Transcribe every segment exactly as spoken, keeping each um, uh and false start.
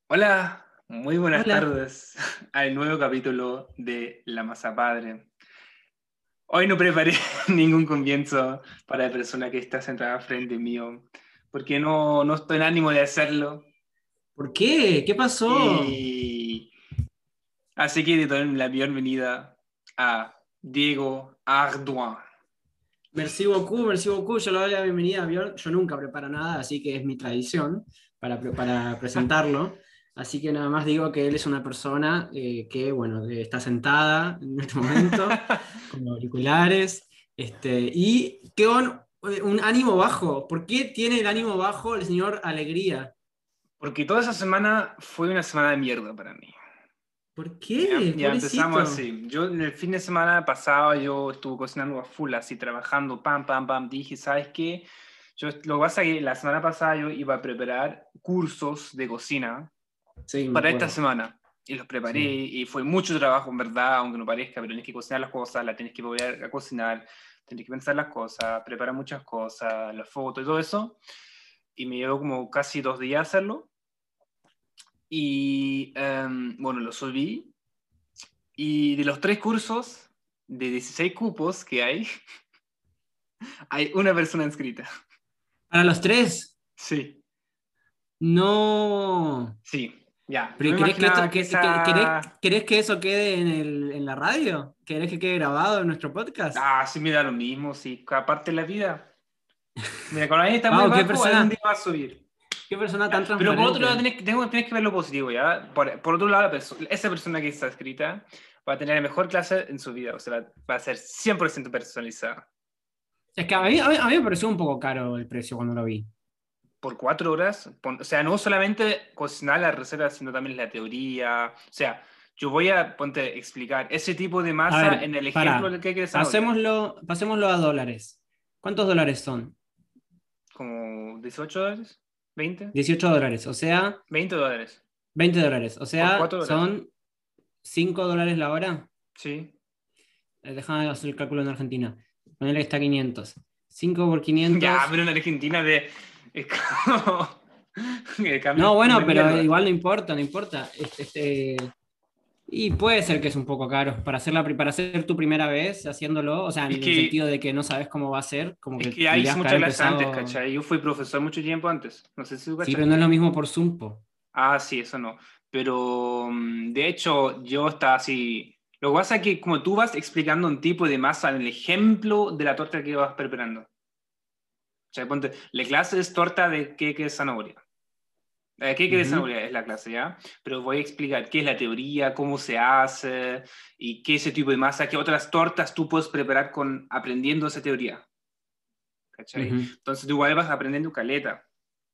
Hola, muy buenas Hola. tardes al nuevo capítulo de La Masa Padre. Hoy no preparé ningún comienzo para la persona que está sentada frente mío, porque no, no estoy en ánimo de hacerlo. ¿Por qué? ¿Qué pasó? Y así que te doy la bienvenida a Diego Ardoin. Merci beaucoup, merci beaucoup. Yo le doy la bienvenida a Bjorn. Yo nunca preparo nada, así que es mi tradición para, pre- para presentarlo. Así que nada más digo que él es una persona eh, que, bueno, eh, está sentada en este momento, con auriculares, este, y con eh, un ánimo bajo. ¿Por qué tiene el ánimo bajo el señor Alegría? Porque toda esa semana fue una semana de mierda para mí. ¿Por Ya, qué? ya empezamos Pobrecito. así. Yo en el fin de semana pasado yo estuve cocinando a full, así trabajando, pam, pam, pam. Dije, ¿sabes qué? Yo, lo que pasa es que la semana pasada yo iba a preparar cursos de cocina Sí, me para esta acuerdo. semana. Y los preparé Sí. y fue mucho trabajo, en verdad, aunque no parezca, pero tienes que cocinar las cosas, las tienes que volver a cocinar, tienes que pensar las cosas, preparar muchas cosas, las fotos y todo eso. Y me llevó como casi dos días hacerlo. Y em, bueno, lo subí. Y de los tres cursos, de dieciséis cupos que hay, hay una persona inscrita. Para los tres. Sí, No. sí, ya. Yo me ¿Pero querés que, imaginaba esto, que que- que- querés, esa... querés que eso quede en, el, en la radio? ¿Querés que quede grabado en nuestro podcast? Ah, sí me da lo mismo, sí, aparte de la vida. Mira, cuando ahí está muy Wow, qué bajo, algún día persona, va a subir. qué persona Ya, tan pero por otro lado, transparente. tienes que, tengo- tienes que ver lo positivo, ¿ya? Por, por otro lado, la perso- esa persona que está escrita va a tener la mejor clase en su vida, o sea, va, va a ser cien por ciento personalizada. Es que a mí, a mí, a mí me pareció un poco caro el precio cuando lo vi. Por cuatro horas, pon- o sea, no solamente cocinar la receta, sino también la teoría. O sea, yo voy a ponte, explicar ese tipo de A masa ver, en el ejemplo pará, del cake de zanahoria. pasémoslo, pasémoslo a dólares. ¿Cuántos dólares son? Como dieciocho dólares, veinte Dieciocho dólares, o sea, veinte dólares. veinte dólares, o Por sea, cuatro horas. son cinco dólares la hora. Sí. Eh, Déjame hacer el cálculo en Argentina. Ponele que está quinientos. Cinco por Ya, quinientos. pero en Argentina de, es como... El cambio No, es bueno, una pero mierda. igual no importa, no importa. Este, este, y puede ser que es un poco caro para hacer, la, pri- para hacer tu primera vez haciéndolo, o sea, Es en el sentido que, de que no sabes cómo va a ser, como es que que hay tendrías que muchas haber clases antes, empezado. ¿cachai? Yo fui profesor mucho tiempo antes. No sé si tú Sí, pero no es cachaste. lo mismo por Zoom, po. Ah, sí, eso no. Pero mm, de hecho, yo estaba así. Lo que pasa es que como tú vas explicando un tipo de masa en el ejemplo de la torta que vas preparando. O sea, ponte, la clase es torta de queque de zanahoria. Eh, queque de Ujú. zanahoria es la clase, ¿ya? Pero voy a explicar qué es la teoría, cómo se hace y qué es ese tipo de masa, qué otras tortas tú puedes preparar con aprendiendo esa teoría. ¿Cachai? Ujú. Entonces tú igual vas aprendiendo caleta.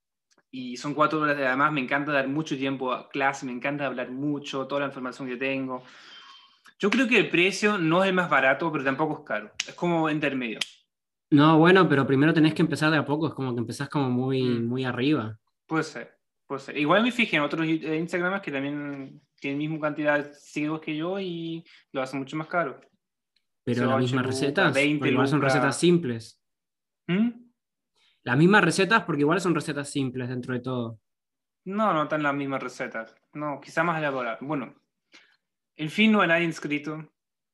Y son cuatro horas de además, me encanta dar mucho tiempo a clase, me encanta hablar mucho, toda la información que tengo. Yo creo que el precio no es el más barato, pero tampoco es caro. Es como intermedio. No, bueno, pero primero tenés que empezar de a poco, es como que empezás como muy, Mm, muy arriba. puede ser, puede ser. Igual me fijé en otros eh, Instagramers que también tienen misma cantidad de seguidores que yo y lo hacen mucho más caro. Pero las dieciocho mismas lucas, recetas, veinte porque igual son recetas lucas. simples. ¿Mm? Las mismas recetas, porque igual son recetas simples dentro de todo. No, no están las mismas recetas. No, quizá más elaborado. Bueno, en fin, no hay nadie inscrito.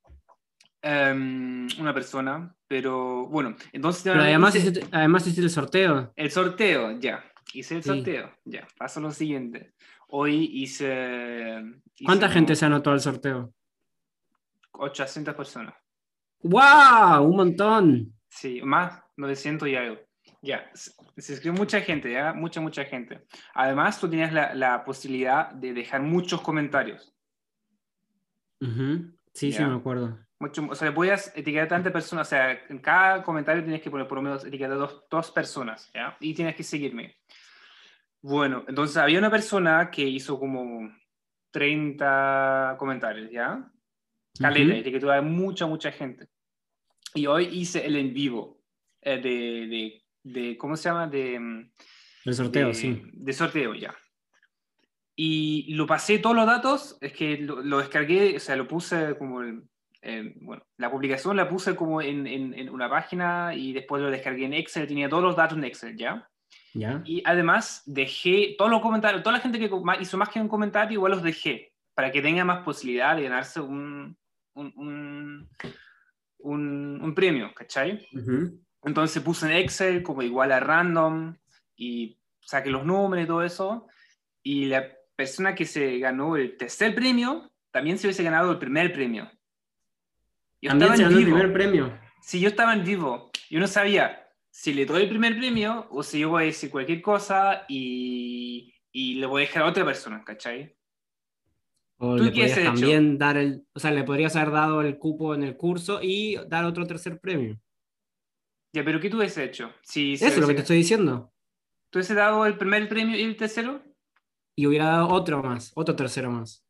Um, una persona, pero bueno, entonces Pero también además hice hiciste, además hiciste el sorteo. el sorteo, ya, hice el Sí. sorteo, ya, paso lo siguiente. Hoy hice, hice ¿Cuánta gente como se anotó al sorteo? ochocientas personas, ¡Wow! Un montón. sí, más novecientos y algo. Ya, se se inscribió mucha gente, ya, mucha, mucha gente. Además, tú tienes la, la posibilidad de dejar muchos comentarios, Ujú. Sí, sí, me ¿ya? acuerdo. Mucho, o sea, voy a etiquetar a tantas personas, o sea, en cada comentario tienes que poner por lo menos etiquetar dos, dos personas, ¿ya? Y tienes que seguirme. Bueno, entonces había una persona que hizo como treinta comentarios, ¿ya? Caleta, Ujú. etiquetó a mucha, mucha gente. Y hoy hice el en vivo eh, de, de, de, ¿cómo se llama? De, mm, El sorteo, de, sí. de sorteo, ya. Y lo pasé todos los datos, es que lo, lo descargué, o sea, lo puse como, el, eh, bueno, la publicación la puse como en, en, en una página y después lo descargué en Excel, tenía todos los datos en Excel, ¿ya? ¿Ya? Y además dejé todos los comentarios, toda la gente que hizo más que un comentario, igual los dejé, para que tenga más posibilidad de ganarse un, un, un, un, un premio, ¿cachai? Uh-huh. Entonces puse en Excel como igual a random y saqué los números y todo eso. Y la persona que se ganó el tercer premio también se hubiese ganado el primer premio. Yo También estaba se en ganó el vivo. primer premio. Si yo estaba en vivo, yo no sabía si le doy el primer premio o si yo voy a decir cualquier cosa y, y le voy a dejar a otra persona, ¿cachai? O ¿Tú le qué has podrías hecho? también dar el, o sea, le podrías haber dado el cupo en el curso y dar otro tercer premio. Ya, pero ¿qué tú has hecho? Si Eso se es lo que te hubiese, estoy diciendo. ¿tú has dado el primer premio y el tercero? Y hubiera dado otro más, otro tercero más.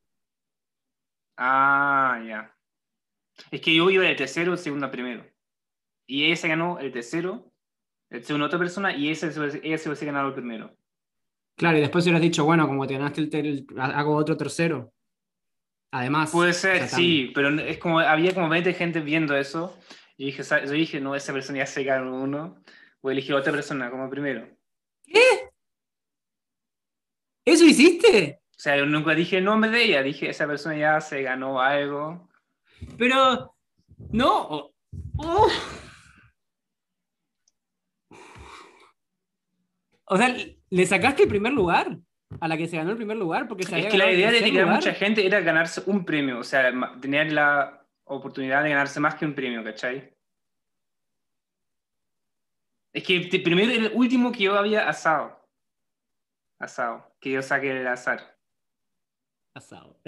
Ah, ya. Es que yo iba del tercero, segundo a primero. Y ella se ganó el tercero, el segundo otra persona, y ese, se hubiese- ella se hubiese ganado el primero. Claro, y después hubieras dicho, bueno, como te ganaste el, ter- el- hago otro tercero. Puede Además, o ser, sea, tam- sí, pero es como, había como veinte gente viendo eso. Y dije, sa- yo dije, no, esa persona ya se ganó uno. Voy a elegir a otra persona como primero. ¿qué? ¿Eso hiciste? O sea, yo nunca dije el nombre de ella, dije, esa persona ya se ganó algo. Pero, no. Oh. O sea, ¿le sacaste el primer lugar? A la que se ganó el primer lugar porque se Es había que la ganado el idea de tercer tirar mucha lugar. gente era ganarse un premio, o sea, ma- tener la oportunidad de ganarse más que un premio, ¿cachai? Es que el primero y el último que yo había asado, asado, que yo saqué el azar. Asado.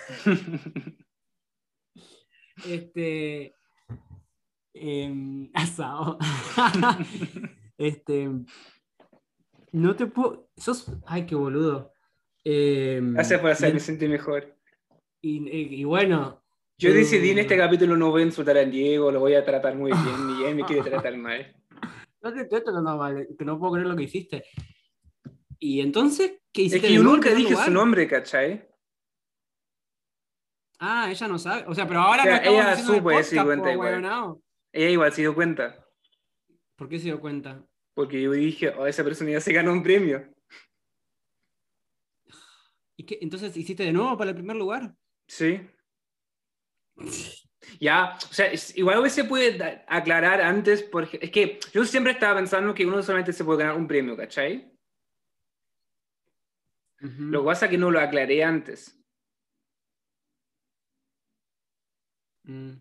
Este. em, asado. Este. No te puedo. Sos. Ay, qué boludo. Gracias Em, por y, hacerme en- sentir mejor. y- y- y bueno. Yo decidí en este tú- capítulo no voy a insultar a Diego, lo voy a tratar muy bien y él me quiere tratar mal. No te estoy tratando mal, que no puedo creer lo que hiciste. ¿Y entonces qué Es hiciste que de yo nuevo el nunca primer dije su lugar? nombre, ¿cachai? Ah, ella no sabe. O sea, pero O ahora no sea, estamos ella diciendo en el supo y se dio podcast, cuenta po, igual. huevonao. Ella igual se dio cuenta, ¿Por qué se dio cuenta? porque yo dije, oh, esa persona ya se ganó un premio. ¿Y qué? Entonces hiciste de nuevo para el primer lugar. Sí. Ya, o sea, es- igual se puede da- aclarar antes, porque es que yo siempre estaba pensando que uno solamente se puede ganar un premio, ¿cachai? Lo que Ujú. pasa es que no lo aclaré antes. Mm.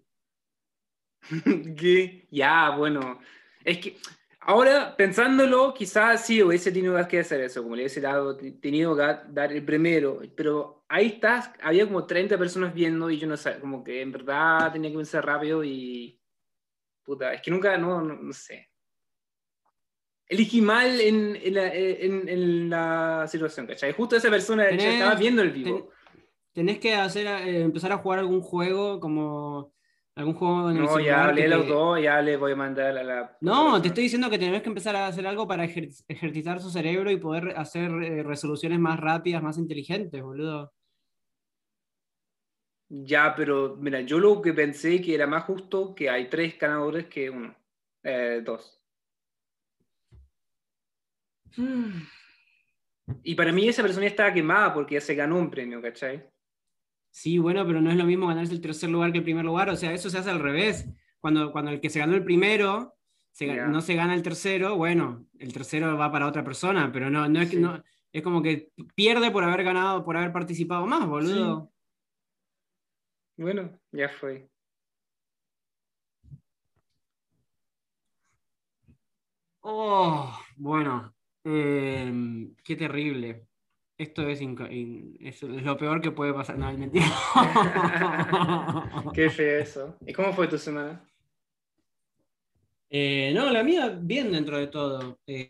Que, ya, bueno, es que ahora pensándolo, quizás sí hubiese tenido que hacer eso, como le hubiese dado, tenido que dar el primero, pero ahí estás, había como treinta personas viendo y yo no sé, como que en verdad tenía que pensar rápido y, puta, es que nunca, no, no, no sé. Elegí mal en, en la, en- en la situación, ¿cachai? Justo esa persona ya estaba Tenés, viendo el ten- vivo. tenés que hacer, eh, empezar a jugar algún juego como algún juego en el No, ya celular que hablé los te... dos, ya le voy a mandar a la otra No, te persona. estoy diciendo que tenés que empezar a hacer algo para ejer- ejercitar su cerebro y poder hacer eh, resoluciones más rápidas, más inteligentes, boludo. Ya, pero mira, yo lo que pensé que era más justo que hay tres ganadores que uno. Eh, dos. Mm. Y para mí esa persona ya estaba quemada porque ya se ganó un premio, ¿cachai? Sí, bueno, pero no es lo mismo ganarse el tercer lugar que el primer lugar, o sea, eso se hace al revés. Cuando, cuando el que se ganó el primero se ga- no Ya, se gana el tercero, bueno, el tercero va para otra persona, pero no, no es que sí. no, es como que pierde por haber ganado, por haber participado más, Sí, boludo. bueno, ya fue. Oh, bueno, eh, qué terrible. Esto es, inco- in- es lo peor que puede pasar. No, es mentira. Qué feo eso. ¿Y cómo fue tu semana? Eh, no, la mía bien dentro de todo. Eh,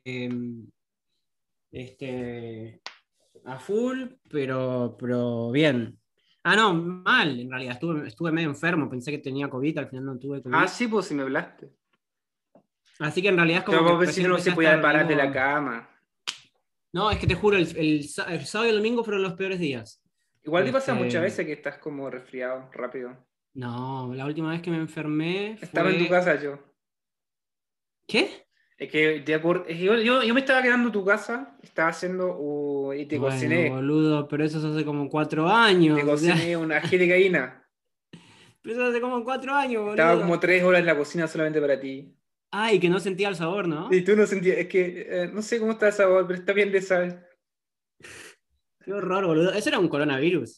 este, a full, pero, pero bien. Ah, no, mal, en realidad. Estuve, estuve medio enfermo, pensé que tenía COVID, al final no tuve Ah, COVID. sí, pues sí me hablaste. Así que en realidad es Yo como que a ver si recién no empecé se a podía estar parar de la vivo. cama. No, es que te juro, el, el sa- el sábado y el domingo fueron los peores días. Igual te pasa muchas Este, veces que estás como resfriado rápido. no, la última vez que me enfermé Estaba en tu fue... casa yo. ¿Qué? Es que, te acor- es que yo, yo, yo me estaba quedando en tu casa, estaba haciendo, uh, y te Bueno, cociné, boludo, pero eso es hace como cuatro te años, o sea, cociné una ají de gallina. pero eso hace como cuatro años, Estaba como boludo. tres horas en la cocina solamente para ti. Ay, que no sentía el sabor, Y ¿no? tú no sentías, es que eh, no sé cómo está el sabor, pero está bien de sal. Qué horror, boludo. Eso era un coronavirus.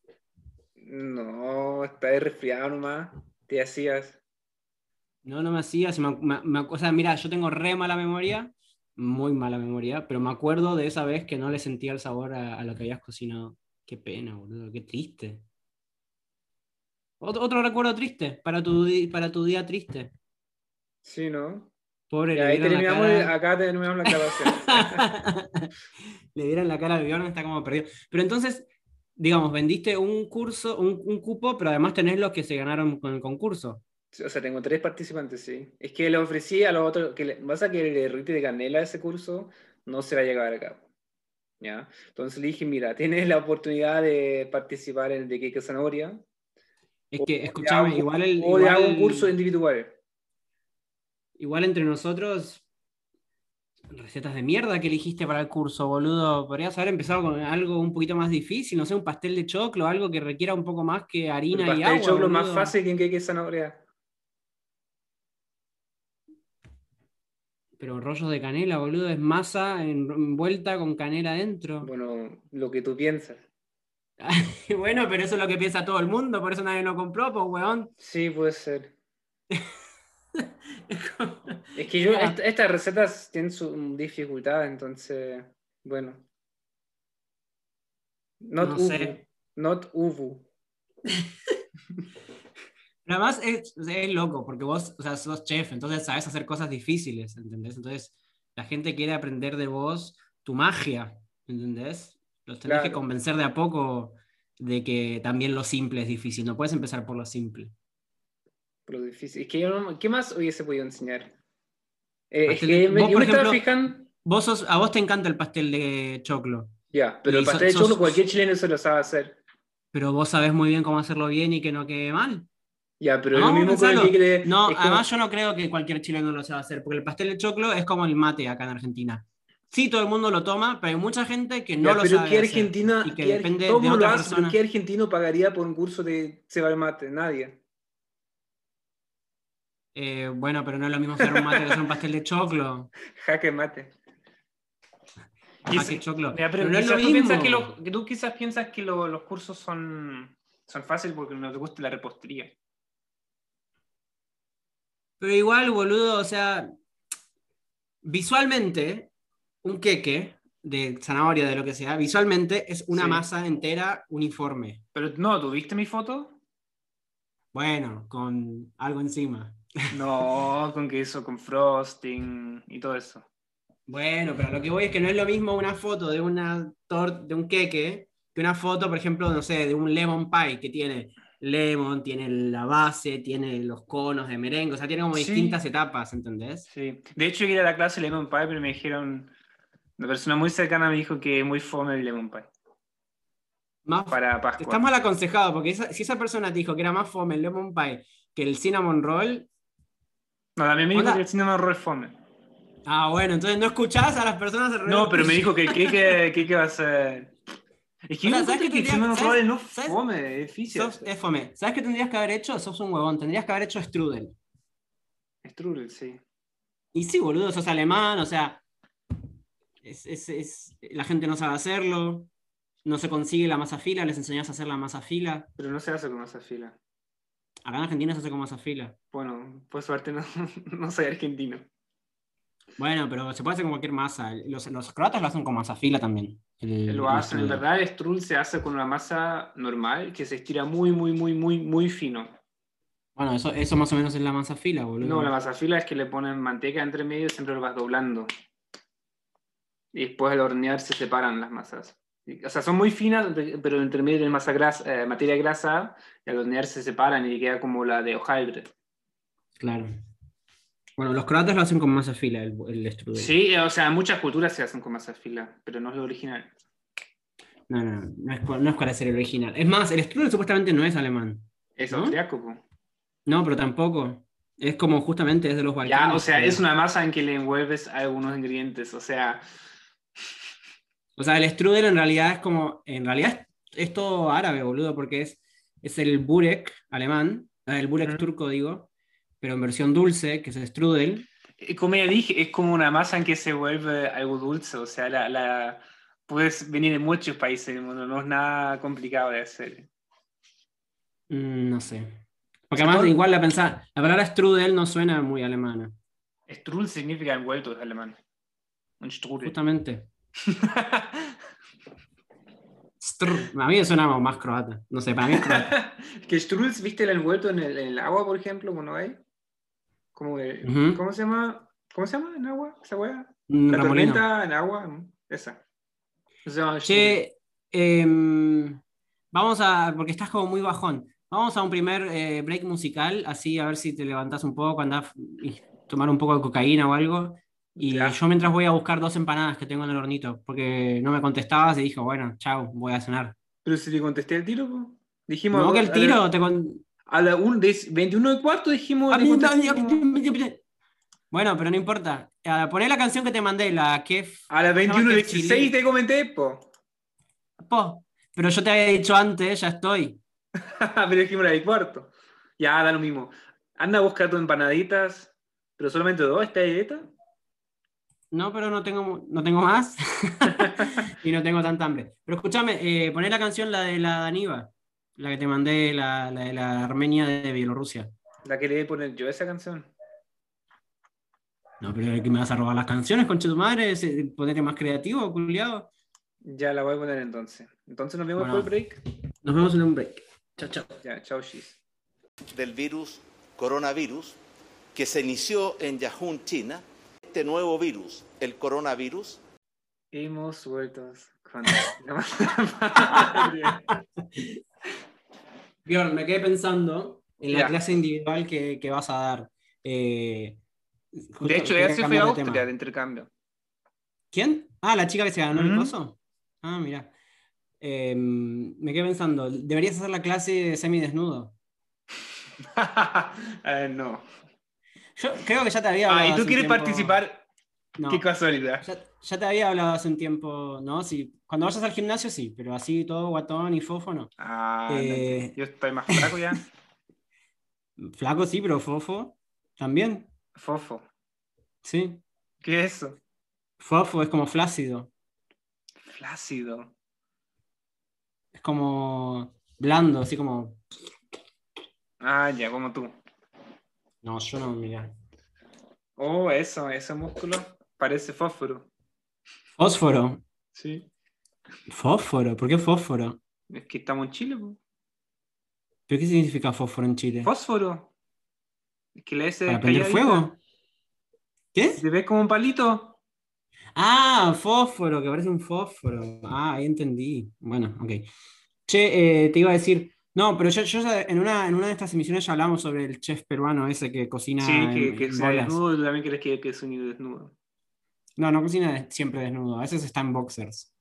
No, está de resfriado nomás. Te hacías. No, no me hacía. Si me- me- me- o sea, mira, yo tengo re mala memoria, muy mala memoria, pero me acuerdo de esa vez que no le sentía el sabor a, a lo que habías cocinado. Qué pena, boludo, qué triste. Otro, otro recuerdo triste para tu, di- para tu día triste. Sí, ¿no? Pobre, Y le ahí vieron la terminamos, el- cara. acá terminamos las grabaciones. Le vieron la cara al Bjorn, está como perdido. Pero entonces, digamos, vendiste un curso, un, un cupo, pero además tenés los que se ganaron con el concurso. O sea, tengo tres participantes, sí. Es que le ofrecí a los otros, que le, pasa que el derrite de canela de ese curso no se va a llevar a cabo. ¿Ya? Entonces le dije, mira, tienes la oportunidad de participar en el de Kike Zanahoria Es o que, le hago, escúchame, igual, el, o le hago un curso igual, individual. igual entre nosotros, recetas de mierda que elegiste para el curso, boludo. Podrías haber empezado con algo un poquito más difícil, no sé, un pastel de choclo, algo que requiera un poco más que El harina y pastel de agua, choclo es más boludo. fácil que en Kike Zanahoria. Pero rollos de canela, boludo, es masa en- envuelta con canela adentro. Bueno, lo que tú piensas. Bueno, pero eso es lo que piensa todo el mundo, por eso nadie lo compró, pues, weón. Sí, puede ser. Es como- Es que yo, est- Mira, estas recetas tienen su dificultad, entonces, bueno. Not no uvu. sé. Not uvu. Pero además es, es loco, porque vos, o sea, sos chef, entonces sabes hacer cosas difíciles, ¿entendés? Entonces la gente quiere aprender de vos tu magia, ¿entendés? Los tenés que Claro, convencer de a poco de que también lo simple es difícil, no puedes empezar por lo simple. lo difícil. Es que yo no, ¿qué más hubiese podido enseñar? Eh, es Pastel que de, me- vos, yo por me estaba ejemplo, fijando. vos sos, a vos te encanta el pastel de choclo, Ya, pero el y so- pastel de choclo cualquier sos, chileno se lo sabe hacer. pero vos sabés muy bien cómo hacerlo bien y que no quede mal. Ya, pero es lo Vamos a mismo con el que pensarlo. cree. No, Es además como. yo no creo que cualquier chileno lo sepa hacer, porque el pastel de choclo es como el mate acá en Argentina. Sí, todo el mundo lo toma, pero hay mucha gente que no Ya, lo pero sabe ¿qué hacer y Argentina, que qué Arge- depende todo el de mundo lo otra hace, pero ¿qué persona. argentino pagaría por un curso de ceba de mate? Nadie. Eh, bueno, pero no es lo mismo hacer un mate que hacer un pastel de choclo. Jaque mate. Ajá, Quiz- qué choclo. Mira, pero Pero no es lo quizás tú piensas que, mismo. los, que tú quizás piensas que lo- los cursos son, son fáciles porque no te gusta la repostería. Pero igual, boludo, o sea, visualmente, un queque de zanahoria, de lo que sea, visualmente es una Sí. masa entera uniforme. Pero no, ¿tú viste mi foto? Bueno, con algo encima. No, con queso, con frosting y todo eso. Bueno, pero lo que voy es que no es lo mismo una foto de una tor- de un queque que una foto, por ejemplo, no sé, de un lemon pie que tiene lemon, tiene la base, tiene los conos de merengue, o sea, tiene como distintas Sí, etapas, ¿entendés? sí. De hecho, yo quería ir a la clase de Lemon Pie, pero me dijeron, una persona muy cercana me dijo que es muy fome el Lemon Pie Más, para estás Pascua. mal aconsejado, porque esa- si esa persona te dijo que era más fome el lemon pie que el cinnamon roll, No, también me dijo que el onda. cinnamon roll es fome. Ah, bueno, entonces no escuchás a las personas No, alrededor pero me tuyo. dijo que el cake, cake va a ser... Es que O yo sea, ¿sabes encuentro qué que el tendrías? cinnamon ¿Sabes? roll no es ¿Sabes? fome, es difícil Sos, hacer. es fome. ¿Sabes qué tendrías que haber hecho? Sos un huevón. Tendrías que haber hecho strudel. Strudel, sí. Y sí, boludo, sos alemán, o sea, es, es- es- la gente no sabe hacerlo, no se consigue la masa fila, les enseñás a hacer la masa fila. Pero no se hace con esa fila. Acá en Argentina se hace con masa fila. Bueno, por suerte no, no soy argentino. Bueno, pero se puede hacer con cualquier masa. Los, los croatas lo hacen con masa fila también, el, Lo el hacen, en strudel. verdad el strudel se hace con una masa normal que se estira muy, muy, muy, muy, muy fino. Bueno, eso, eso más o menos es la masa fila, No, la boludo. masa fila es que le ponen manteca entre medio y siempre lo vas doblando. Y después al hornear se separan las masas. Y- O sea, son muy finas, pero entre medio tienen masa grasa, eh, materia grasa, y al hornear se separan y queda como la de hojaldre. Claro. Bueno, los croatas lo hacen con masa fila, el, el strudel. Sí, o sea, muchas culturas se hacen con masa fila, pero no es lo original. No, no, no, no es, cu- no es para ser el original. Es más, el strudel supuestamente no es alemán, Es ¿no? austriaco, po. No, pero tampoco. Es como justamente es de los Ya, Balcanes. o sea, creo. es una masa en que le envuelves algunos ingredientes, o sea, O sea, el strudel en realidad es como, en realidad es, es todo árabe, boludo, porque es, es el burek alemán, eh, el burek ujú. turco, digo, pero en versión dulce, que es strudel. Eh, como ya dije, es como una masa en que se vuelve algo dulce, o sea, la, la, puedes venir de muchos países del mundo, no es nada complicado de hacer. Mm, no sé. O Porque sea, además, todo, igual la pensar, la palabra strudel no suena muy alemana. Strudel significa envuelto en alemán, un Strudel. Justamente. Strr, a mí me suena más croata. No sé, para mí es croata. Que Strudel, ¿viste el envuelto en el, en el agua, por ejemplo, cuando hay? Como el- Ujú. ¿cómo se llama? ¿Cómo se llama en agua esa weá? Un La remolino. tormenta en agua, mm, esa. Eso se llama Strudel. Che, em, vamos a, porque estás como muy bajón. Vamos a un primer eh, break musical, así a ver si te levantás un poco, andás y tomar un poco de cocaína o algo. Y Ya. yo mientras voy a buscar dos empanadas que tengo en el hornito, porque no me contestabas y dije, bueno, chao, voy a cenar. Pero si te contesté el tiro, po. Dijimos a, No, que dos- el a la, tiro, te con... a la un, de- veintiuno y cuarto dijimos, A te mí no, contesté como bueno, pero no importa. Ah, poné la canción que te mandé, la Kef, a las ¿cómo se llama? veintiuno y Kef dieciséis Chili. te comenté, po. Po, pero yo te había dicho antes, ya estoy. Pero dijimos la de cuarto. Ya, da lo mismo. Anda a buscar tus empanaditas, pero solamente dos, ¿está dieta? No, pero no tengo, no tengo más y no tengo tanta hambre. Pero escúchame, eh, poné la canción, la de la Daniva, la que te mandé, la, la de la Armenia de Bielorrusia. La que le voy a poner yo, esa canción. No, pero ¿qué me vas a robar las canciones, concha tu madre? ¿Se- Ponete más creativo, culiado. Ya la voy a poner entonces. Entonces nos vemos después Bueno, del break. nos vemos en un break. Chao, chao. Ya, chao, Shis. Del virus coronavirus que se inició en Wuhan, China. Este nuevo virus, el coronavirus, Hemos vuelto con la madre. Bjorn, me quedé pensando en la Ya. clase individual que, que vas a dar. Eh, De justo hecho, ella quería se fue a cambiar de Austria tema. de intercambio. ¿Quién? Ah, la chica que se ganó el Ujú. coso. Ah, mira. Eh, me quedé pensando, deberías hacer la clase semidesnudo. Eh, no. Yo creo que ya te había Ah, ¿y hablado tú hace un quieres tiempo. participar? Qué No, casualidad. ya, ya te había hablado hace un tiempo, ¿no? Sí, cuando vayas al gimnasio sí, pero así todo guatón y fofo no. Ah, no entiendo. Eh, Yo estoy más flaco ya. flaco sí, pero fofo también, Fofo. sí. ¿Qué es eso? Fofo es como flácido, Flácido. es como blando, así como. Ah, ya, como tú. No, yo no, mira. Oh, eso, ese músculo parece fósforo. Fósforo. Sí. Fósforo, ¿por qué fósforo? Es que estamos en Chile, po. ¿Pero qué significa fósforo en Chile? Fósforo. Es que la S ¿Para es prender calladita. fuego? ¿Qué? ¿Te ves como un palito? Ah, fósforo, que parece un fósforo. Ah, ahí entendí. Bueno, ok. Che, eh, te iba a decir, no, pero yo, yo ya en una, en una de estas emisiones ya hablamos sobre el chef peruano ese que Sí, cocina que, en, que en sea bolas. desnudo, tú también crees que, que es un desnudo. No, no cocina de- siempre desnudo, a veces está en boxers.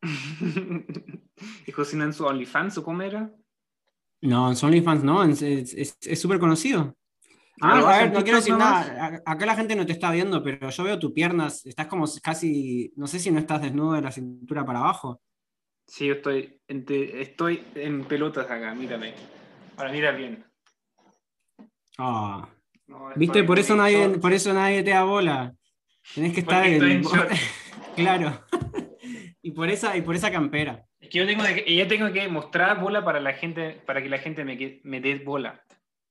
¿Y cocina en su OnlyFans o cómo era? No, en OnlyFans no, es es- es- es súper conocido. Ah, Además, ¿lo a hace en ver, no quiero TikTok decir nomás? nada, a- acá la gente no te está viendo, pero yo veo tus piernas, estás como casi, no sé si no estás desnudo de la cintura para abajo. Sí, yo estoy, entre- estoy en pelotas acá, mírame. Ahora mira bien. Ah, No, ¿viste? estoy Por con eso mis nadie, por shorts. eso nadie te da bola. Tenés que estar Porque estoy en en... short. Claro. Y por esa, y por esa campera. Es que yo tengo, que, yo tengo que mostrar bola para la gente, para que la gente me, que- me dé bola.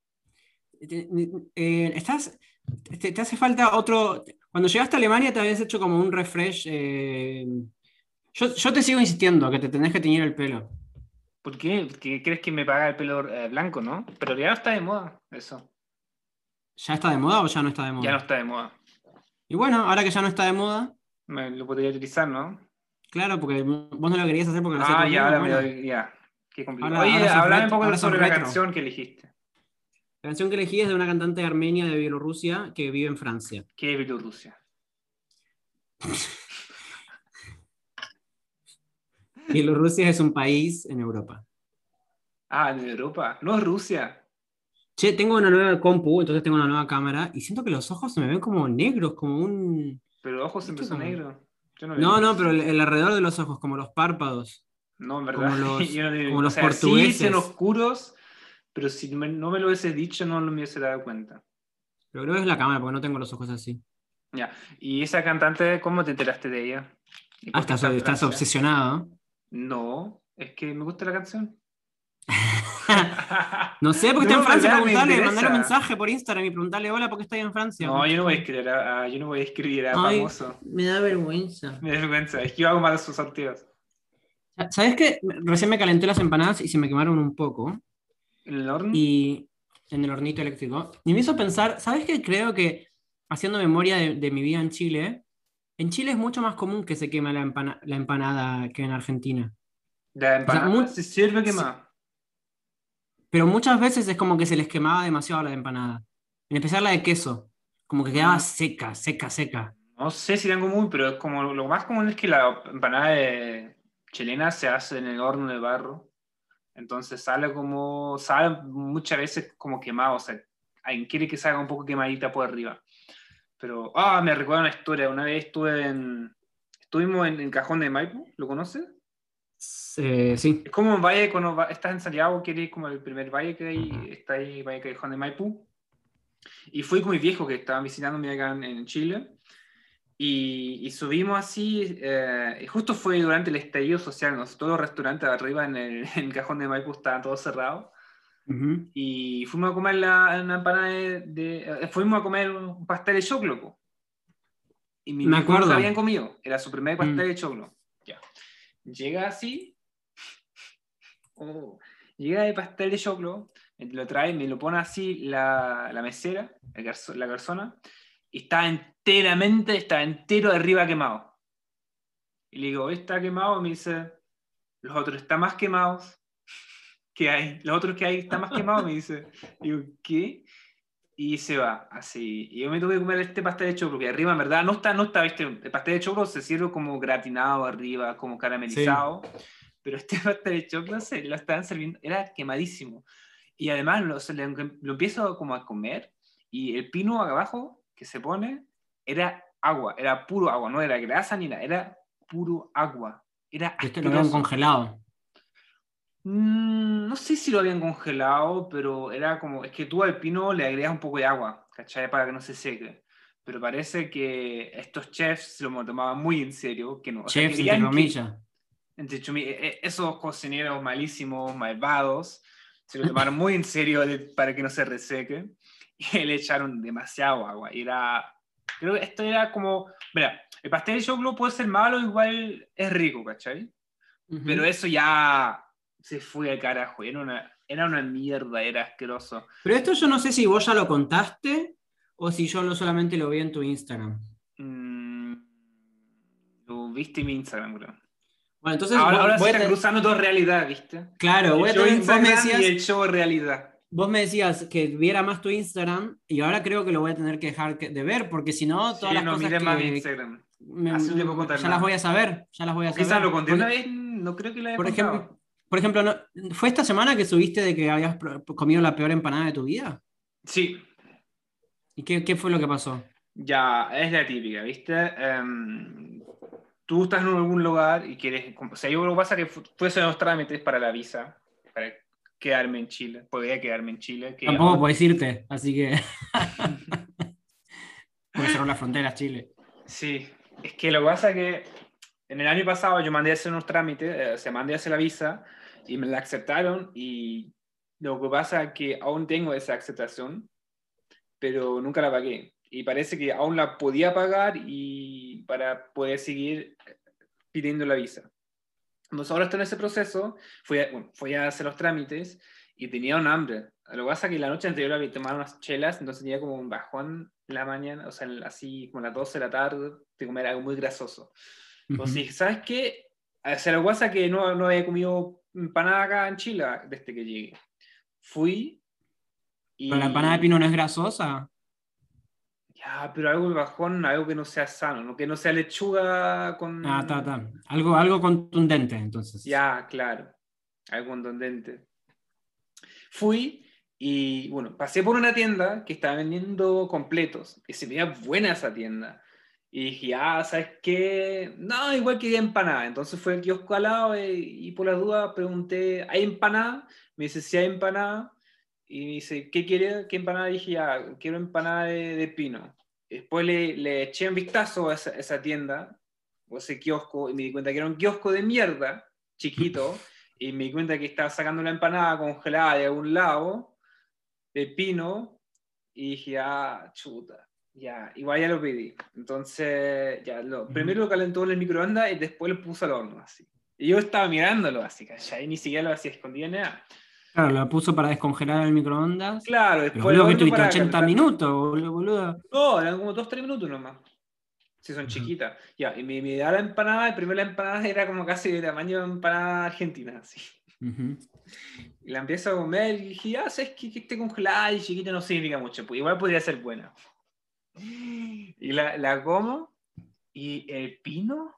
Te- eh, estás, te, te hace falta otro. Cuando llegaste a Alemania te habías hecho como un refresh. eh, Yo, yo te sigo insistiendo que te tenés que teñir el pelo. ¿Por qué? Porque crees que me paga el pelo eh, blanco, ¿no? Pero ya no está de moda eso. ¿Ya está de moda o ya no está de Ya no moda? está de moda. Y bueno, ahora que ya no está de moda, Me lo podría utilizar, ¿no? claro, porque vos no lo querías hacer porque lo hacía todo Ah, el ya, mundo, ahora me bueno, doy, ya. Qué complicado. ahora, Oye, ahora sos hablame un retro, poco ahora sos sobre la retro. canción que elegiste. La canción que elegí es de una cantante armenia de Bielorrusia que vive en Francia. ¿Qué es Bielorrusia? Bielorrusia es un país en Europa. Ah, de Europa. No es Rusia. Che, tengo una nueva compu, entonces tengo una nueva cámara, y siento que los ojos se me ven como negros, como un... Pero los ojos ¿Viste? siempre son Como... negros. Yo no lo he No, visto no, pero así. el, el alrededor de los ojos, como los párpados, No, en verdad. como Yo los, no como le- o los sea, sí son portugueses. oscuros, pero si me- no me lo hubiese dicho, no me hubiese dado cuenta. Pero creo que es la cámara, porque no tengo los ojos así. Ya. ¿Y esa cantante, cómo te enteraste de ella? ¿Y Ah, por qué estás, está en estás Francia? obsesionado. No, es que me gusta la canción. No sé, porque está en No, en Francia, verdad, me preguntarle, mandale un interesa. mensaje por Instagram y preguntarle, hola, ¿por qué estoy en Francia? No, yo no voy a escribir a, a- yo no voy a escribir a Ay, famoso. me da vergüenza. Me da vergüenza. Es que yo hago malos sus sorteos. ¿Sabes qué? Recién me calenté las empanadas y se me quemaron un poco. ¿En el horno? Y en el hornito eléctrico. Y me hizo pensar, ¿sabes qué? Creo que, haciendo memoria de, de mi vida en Chile, en Chile es mucho más común que se queme la, empana- la empanada que en Argentina. La O sea, empanada mu- se sirve sí, quemada. pero muchas veces es como que se les quemaba demasiado la empanada. En especial la de queso. Como que quedaba Mm, seca, seca, seca. no sé si tengo muy, pero es como lo más común es que la empanada de- chilena se hace en el horno de barro. Entonces sale como, sale muchas veces como quemado. O sea, alguien quiere que salga un poco quemadita por arriba. Pero, ah, me recuerda una historia. Una vez estuve en, estuvimos en, en Cajón de Maipo, ¿lo conoces? Eh, Es sí. como un valle cuando va- estás en Santiago, que eres como el primer valle que hay, está ahí, Valle Cajón de Maipú. Y fui con mis viejos que estaban visitándome acá en, en Chile. Y, y subimos así, eh, y justo fue durante el estallido social, ¿no? Todos los restaurantes de arriba en el, en el Cajón de Maipú estaban todos cerrados. Ujú. Y fuimos a comer la, una empanada de, de- eh, fuimos a comer un pastel de choclo, po. Y mis Me viejos nunca acuerdo. habían comido, era su primer pastel Mm. de choclo. Ya. Llega así, oh, llega el pastel de choclo, me lo trae, me lo pone así la, la mesera, el garzo- la persona, y está enteramente, está entero de arriba quemado. Y le digo, ¿está quemado? Y me dice, los otros están más quemados que hay. Los otros que hay están más quemados, me dice. Digo, ¿qué? Y se va, así. Y yo me tuve que comer este pastel de choclo, que arriba en verdad no está, no está, ¿viste? El pastel de choclo se sirve como gratinado arriba, como Sí. caramelizado, pero este pastel de choclo se lo estaban sirviendo, era quemadísimo. Y además lo, se le- lo empiezo como a comer, y el pino abajo que se pone era agua, era puro agua, no era grasa ni nada, era puro agua. Era Este lo habían asqueroso. congelado. Mm, no sé si lo habían congelado, pero era como, es que tú al pino le agregas un poco de agua, ¿cachai? Para que no se seque. Pero parece que estos chefs se lo tomaban muy en serio, que no, o sea, Chefs, entre querían que, comillas. entre chumi- e- e- esos cocineros malísimos, malvados, se lo tomaron muy en serio de- para que no se reseque, y le echaron demasiado agua. Y era, creo que esto era como, mira, el pastel de choclo puede ser malo, igual es rico, ¿cachai? Pero Ujú. eso ya se fue al carajo. Era una, era una mierda, era asqueroso. Pero esto yo no sé si vos ya lo contaste o si yo lo solamente lo vi en tu Instagram. Mm, lo viste en mi Instagram, creo. Bueno, entonces Ahora, voy, ahora se voy a está tener- cruzando todo realidad, ¿viste? claro, El voy a show tener, vos me Instagram y decías, el show realidad. vos me decías que viera más tu Instagram y ahora creo que lo voy a tener que dejar que- de ver porque si no, todas Sí, las no cosas mires más mi que Instagram. me- Así no te puedo me- contar ya las voy nada. a saber, ya las voy a O quizás lo saber. conté una Porque, vez, no creo que lo haya por ejemplo, contado. por ejemplo, no- ¿fue esta semana que subiste de que habías pro- comido la peor empanada de tu vida? Sí, ¿Y qué, qué fue lo que pasó? ya, es la típica, ¿viste? Em, tú estás en algún lugar y quieres, o sea, yo lo que pasa es que fu- fue hacer los trámites para la visa, para quedarme en Chile, podía quedarme en Chile, que Tampoco aún, podés irte, así que puede cerrar las fronteras Chile. sí, es que lo que pasa es que en el año pasado yo mandé a hacer unos trámites, eh, o sea, mandé a hacer la visa y me la aceptaron y lo que pasa es que aún tengo esa aceptación, pero nunca la pagué. Y parece que aún la podía pagar y para poder seguir pidiendo la visa. Entonces ahora estoy en ese proceso, fui a, bueno, fui a hacer los trámites y tenía un hambre. Lo que pasa es que la noche anterior había tomado unas chelas, entonces tenía como un bajón en la mañana, o sea, así como a las doce de la tarde, de comer algo muy grasoso. Entonces Ujú. dije, ¿sabes qué? O sea, lo que pasa es que no, no había comido empanada acá en Chile desde que llegué. Fui Pero la empanada de pino y no es grasosa. ya, pero algo de bajón, algo que no sea sano, ¿no? Que no sea lechuga Ah, ta, con... ta. Algo, algo contundente, entonces. Ya, claro, algo contundente. Fui Y bueno, pasé por una tienda que estaba vendiendo completos, que se veía buena esa tienda. Y dije, ah, ¿sabes qué? No, igual que empanada. Entonces fue el kiosco al lado y, y por la duda pregunté, ¿hay empanada? Me dice, sí hay empanada. Y me dice, ¿qué quiere? ¿Qué empanada? Y dije, ya, quiero empanada de, de pino. Después le, le eché un vistazo a esa, esa tienda, o ese kiosco, y me di cuenta que era un kiosco de mierda, chiquito, y me di cuenta que estaba sacando una empanada congelada de algún lado, de pino, y dije, ah, chuta. Ya, igual ya lo pedí. Entonces, ya, lo, Ujú. primero lo calentó en el microondas y después lo puso al horno, así. Y yo estaba mirándolo, así, ¿cachai? Ni siquiera lo hacía escondido ni nada. Claro, lo puso para descongelar el microondas. Claro, Pero después el boludo, que horno tuviste para ochenta calentarlo. minutos, boludo. boludo. No, eran como dos tres minutos nomás. Si son Ajá. chiquitas. Ya, y me, me da la empanada, y primero la empanada era como casi de tamaño de empanada argentina, así. Ujú. Y la empiezo a comer y dije, ah, sabes que, que esté congelada y chiquita no significa mucho, pues igual podría ser buena. Y la, la como, y el pino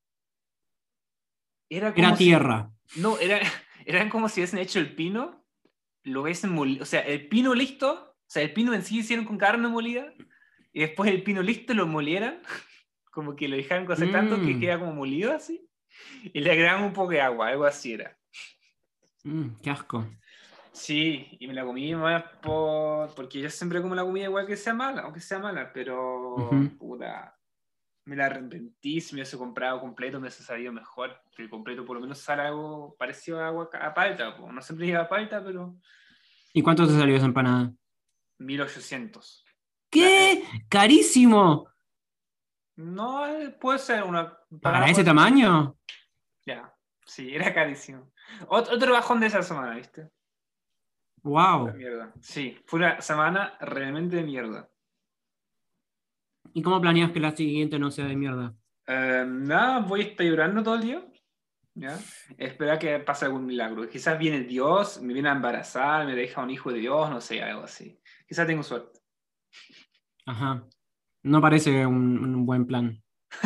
era Era como si, tierra. no, era, eran como si hubiesen hecho el pino, lo hubiesen molido, o sea, el pino listo, o sea, el pino en sí hicieron con carne molida, y después el pino listo lo molieran, como que lo dejaron cocer tanto que Mm, queda como molido así, y le agregaron un poco de agua, algo así era. mm, qué asco. Sí, y me la comí más por... porque yo siempre como la comida igual que sea mala, aunque sea mala, pero Ujú. puta, me la arrepentí, si me hubiese comprado completo me hubiese sabido mejor, que el completo por lo menos sale algo parecido a agua a palta, po. No siempre lleva palta, pero ¿Y cuánto te salió esa empanada? mil ochocientos. La, eh, ¿Qué? ¡Carísimo! no, eh, puede ser una ¿Para empanada, ese puede ser. tamaño? Ya, sí, era carísimo. Ot- otro bajón de esa semana, ¿viste? La ¡Wow! mierda. Sí, fue una semana realmente de mierda. ¿Y cómo planeas que la siguiente no sea de mierda? Eh, nada, voy a estar llorando todo el día. ¿Ya? Espera que pase algún milagro. Quizás viene Dios, me viene a embarazar, me deja un hijo de Dios, no sé, algo así. Quizás tengo suerte. Ajá. No parece un, un buen plan.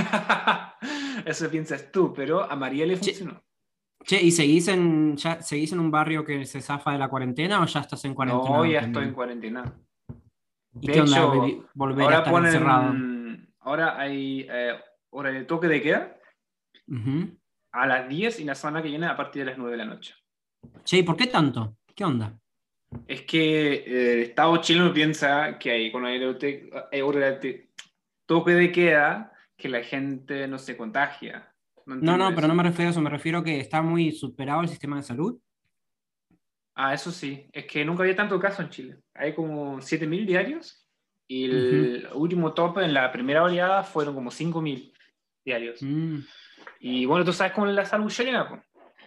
Eso piensas tú, pero a María le Che, funcionó. che, ¿y seguís en, ya, seguís en un barrio que se zafa de la cuarentena o ya estás en No, cuarentena ya estoy en también? cuarentena. ¿Y De qué onda hecho, bebi- volver a ahora estar encerrado? ponen, ahora hay eh, hora de toque de queda Ujú. a las diez y la semana que viene a partir de las nueve de la noche. Che, ¿y por qué tanto? ¿Qué onda? Es que eh, el Estado chileno piensa que hay, con el hay hora de toque de queda, que la gente no se contagia. No No, entiendo no, pero eso. no me refiero a eso, me refiero a que está muy superado el sistema de salud. Ah, eso sí, es que nunca había tanto caso en Chile. Hay como siete mil diarios y Ujú. el último tope en la primera oleada fueron como cinco mil diarios. Mm, Y bueno, tú sabes cómo es la salud chilena, pues.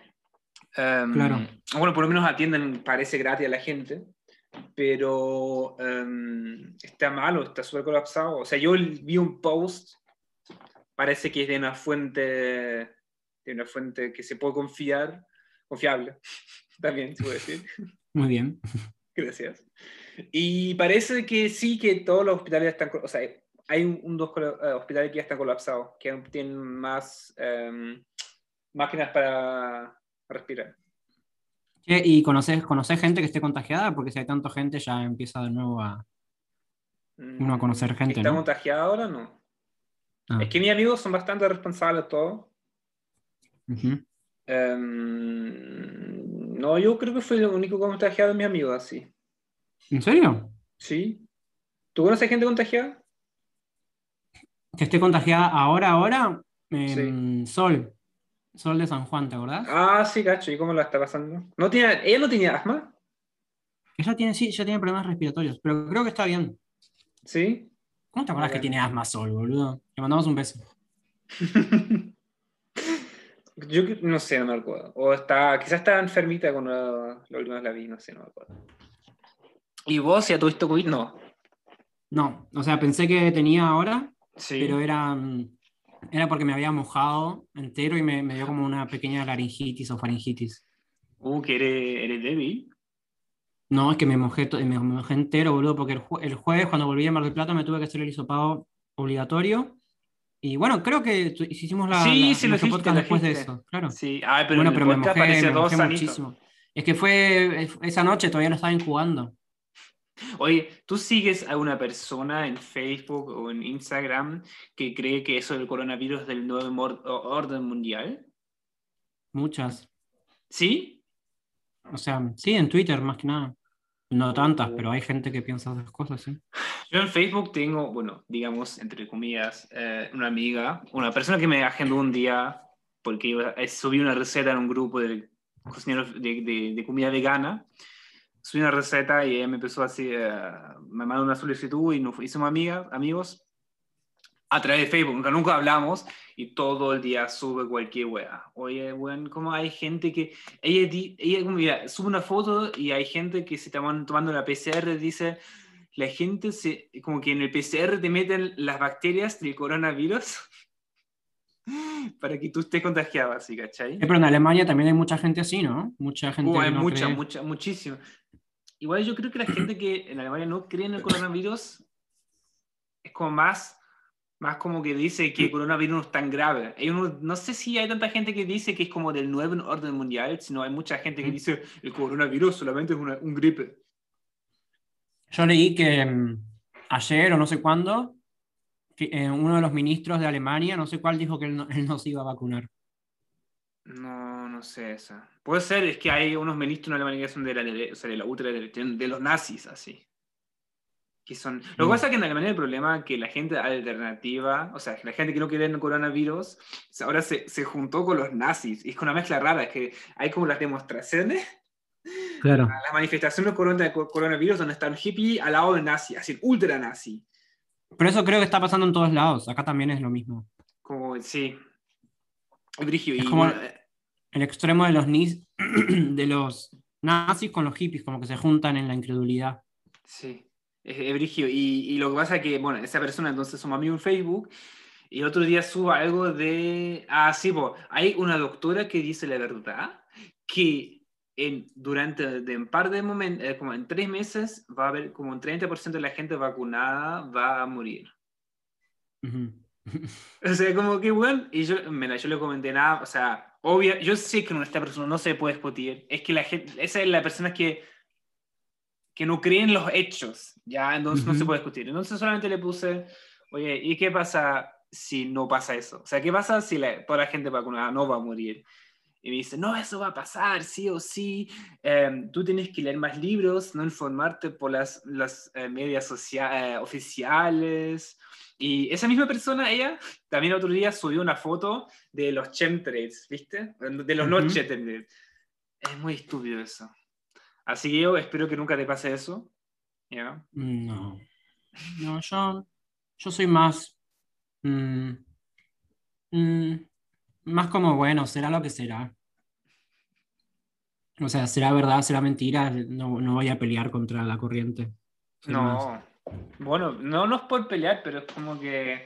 Um, claro. bueno, por lo menos atienden, parece gratis a la gente, pero um, está malo, está súper colapsado. O sea, yo vi un post, parece que es de una fuente, de una fuente que se puede confiar, confiable, también se puede decir. Muy bien. Gracias. Y parece que sí, que todos los hospitales están, o sea, hay un, un dos uh, hospitales que ya están colapsados, que tienen más um, máquinas para respirar. Che, ¿y conoces, conoces gente que esté contagiada? Porque si hay tanta gente ya empieza de nuevo a uno a conocer Mm, ¿que gente, está ¿no? contagiada ahora? No. Es Ah, que mis amigos son bastante responsables todos. ujú. Um, no, yo creo que fui el único contagiado de mis amigos, así. ¿En serio? ¿Sí? ¿Tú conoces gente contagiada? Que esté contagiada ahora, ahora, Sí. em, Sol, Sol de San Juan, ¿te acordás? Ah, sí, cacho. ¿Y cómo lo está pasando? ¿No tiene, ¿ella no tenía asma? Ella tiene, sí, ella tiene problemas respiratorios, pero creo que está bien. Sí. ¿Cómo te acordás que Bacán. tiene asma Sol, boludo? Le mandamos un beso. Yo que- no sé, no me acuerdo. O está, quizás estaba enfermita cuando la, la última vez la vi, no sé, no me acuerdo. ¿Y vos ya tuviste COVID? No. No, o sea, pensé que tenía ahora, pero Sí. era, mm, era porque me había mojado entero y me, me dio como una pequeña laringitis o faringitis. Uh, que eres, eres débil. No, es que me mojé, to- me mojé entero, boludo, porque el, jue- el jueves cuando volví a Mar del Plata me tuve que hacer el hisopado obligatorio. Y bueno, creo que tu- hicimos la- Sí, la- sí lo nuestro dijiste, podcast lo después de dijiste. eso, claro. Sí. Ah, pero en Bueno, el pero me podcast mojé, parecía me todo mojé sanito. muchísimo. Es que fue, esa noche todavía lo estaban jugando. Oye, ¿tú sigues a una persona en Facebook o en Instagram que cree que eso del coronavirus es del nuevo mor- o- orden mundial? Muchas. ¿Sí? O sea, sí, en Twitter más que nada. No tantas, O- pero hay gente que piensa esas cosas, sí. Yo en Facebook tengo, bueno, digamos, entre comillas, eh, una amiga, una persona que me agendó un día porque iba- eh, subí una receta en un grupo de cocineros de, de- de comida vegana. Subí una receta y ella me empezó así, eh, me mandó una solicitud y nos hicimos amigas, amigos a través de Facebook, nunca, nunca hablamos y todo el día sube cualquier wea. Oye, weón, ¿cómo hay gente que... Ella, di- ella como, mira, sube una foto y hay gente que se está tomando la P C R, dice, la gente se... Como que en el P C R te meten las bacterias del coronavirus para que tú estés contagiado, así, Eh, ¿cachai? pero en Alemania también hay mucha gente así, ¿no? Mucha Uh, gente hay que no mucha, cree. mucha, muchísimo. Igual yo creo que la gente que en Alemania no cree en el coronavirus es como más, más como que dice que el coronavirus no es tan grave. Hay uno- no sé si hay tanta gente que dice que es como del nuevo orden mundial, sino hay mucha gente que dice el coronavirus solamente es una- un gripe. Yo leí que mm, ayer o no sé cuándo, que, eh, uno de los ministros de Alemania, no sé cuál, dijo que él no, él no se iba a vacunar. No, no sé esa. Puede ser, es que hay unos ministros en Alemania que son de la, dere- o sea, de la ultraderecha, de los nazis, así. Que son... Lo que Mm, pasa es que en Alemania el problema es que la gente alternativa, o sea, la gente que no quiere el coronavirus, ahora se, se juntó con los nazis. Y es una mezcla rara, es que hay como las demostraciones, claro. las manifestaciones corona- de coronavirus donde está el hippie al lado del nazi, así, ultra nazi. Pero eso creo que está pasando en todos lados. Acá también es lo mismo. Como, sí, Brigio. Es Y como bueno, el, eh, el extremo de los, nis- de los nazis con los hippies, como que se juntan en la incredulidad. sí, es, es Brigio. Y, y lo que pasa es que, bueno, esa persona entonces somos amigos en Facebook. Y el otro día suba algo de... Ah, sí, po, hay una doctora que dice la verdad, que en, durante de un par de momentos, eh, como en tres meses, va a haber como un treinta por ciento de la gente vacunada va a morir. Ujú. O sea, como que, bueno, y yo, mira, yo le comenté nada, o sea, obvio, yo sé que esta persona no se puede discutir, es que la gente, esa es la persona que, que no cree en los hechos, ya, entonces no se Ujú. puede discutir. Entonces solamente le puse, oye, ¿y qué pasa si no pasa eso? O sea, ¿qué pasa si la, toda la gente vacunada no va a morir? Y me dice, no, eso va a pasar, sí o sí. Eh, tú tienes que leer más libros, no informarte por las, las eh, medias socia- eh, oficiales. Y esa misma persona, ella, también otro día subió una foto de los chemtrails, ¿viste? De los no Ujú. chemtrails. Es muy estúpido eso. Así que yo espero que nunca te pase eso. ¿Ya? No, no, yo, yo soy más, mm, mm, más como, bueno, será lo que será. O sea, será verdad, será mentira, no, no voy a pelear contra la corriente. Soy más. No. Bueno, no, no es por pelear, pero es como que...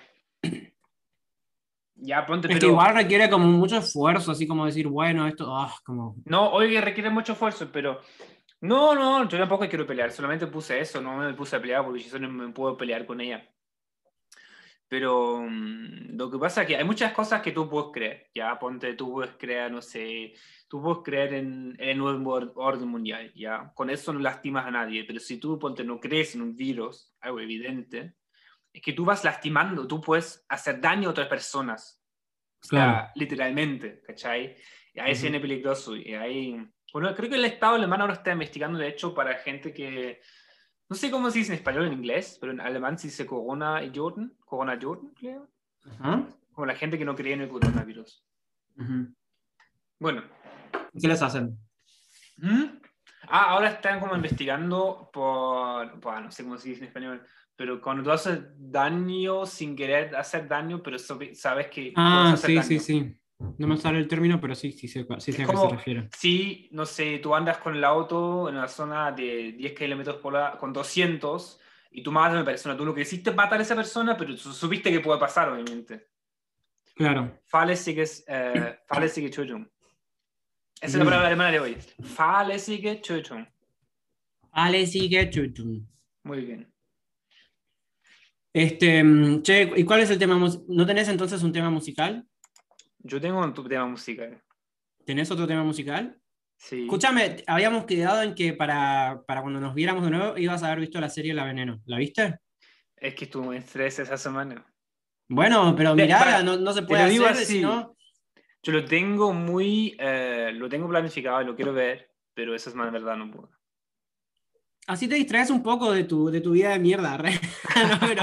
Ya, ponte, Es que pero... igual requiere como mucho esfuerzo, así como decir, bueno, esto, ah, como, No, oye, requiere mucho esfuerzo, pero... No, no, yo tampoco quiero pelear, solamente puse eso, no me puse a pelear porque yo solo me puedo pelear con ella. Pero mm, lo que pasa es que hay muchas cosas que tú puedes creer, ya, ponte, tú puedes creer, no sé, tú puedes creer en, en el nuevo or- orden mundial, ya, con eso no lastimas a nadie, pero si tú, ponte, no crees en un virus, algo evidente, es que tú vas lastimando, tú puedes hacer daño a otras personas, o claro. sea, literalmente, ¿cachai? Y ahí se Ujú. viene peligroso, y ahí, bueno, creo que el Estado alemán ahora está investigando, de hecho, para gente que no sé cómo se dice en español o en inglés, pero en alemán se dice Corona Jordan, Corona Jordan, creo. Ajá. Como la gente que no cree en el coronavirus. Ujú. Bueno. ¿Y qué les hacen? ¿Mm? Ah, ahora están como investigando por, por- no sé cómo se dice en español, pero cuando tú haces daño sin querer hacer daño, pero so- sabes que puedes Ah, hacer sí, sí, daño. sí. No me sale el término, pero sí, sí sé, sí Es sé a qué se como refiere. si, no sé, tú andas con el auto en una zona de diez kilómetros por hora con doscientos y tú matas a una persona. Tú no quisiste matar a esa persona, pero tú supiste que puede pasar, obviamente. Claro. Fahrlässiges, äh, fahrlässige Tötung. Esa es la Mm. palabra alemana de hoy. Fahrlässige Tötung. Ale, sigue, chuchum. Muy bien. Este, mm, che, ¿y cuál es el tema? mus- ¿No tenés entonces un tema musical? Yo tengo un tu- tema musical. ¿Tenés otro tema musical? Sí. Escúchame, habíamos quedado en que para, para cuando nos viéramos de nuevo ibas a haber visto la serie La Veneno. ¿La viste? Es que estuve en estrés esa semana. Bueno, pero Te, mirala, para, no, no se te puede lo digo hacer, si así. no... Yo lo tengo muy, eh, lo tengo planificado y lo quiero ver, pero esa semana en verdad no puedo. Así te distraes un poco de tu, de tu vida de mierda, re. No, pero...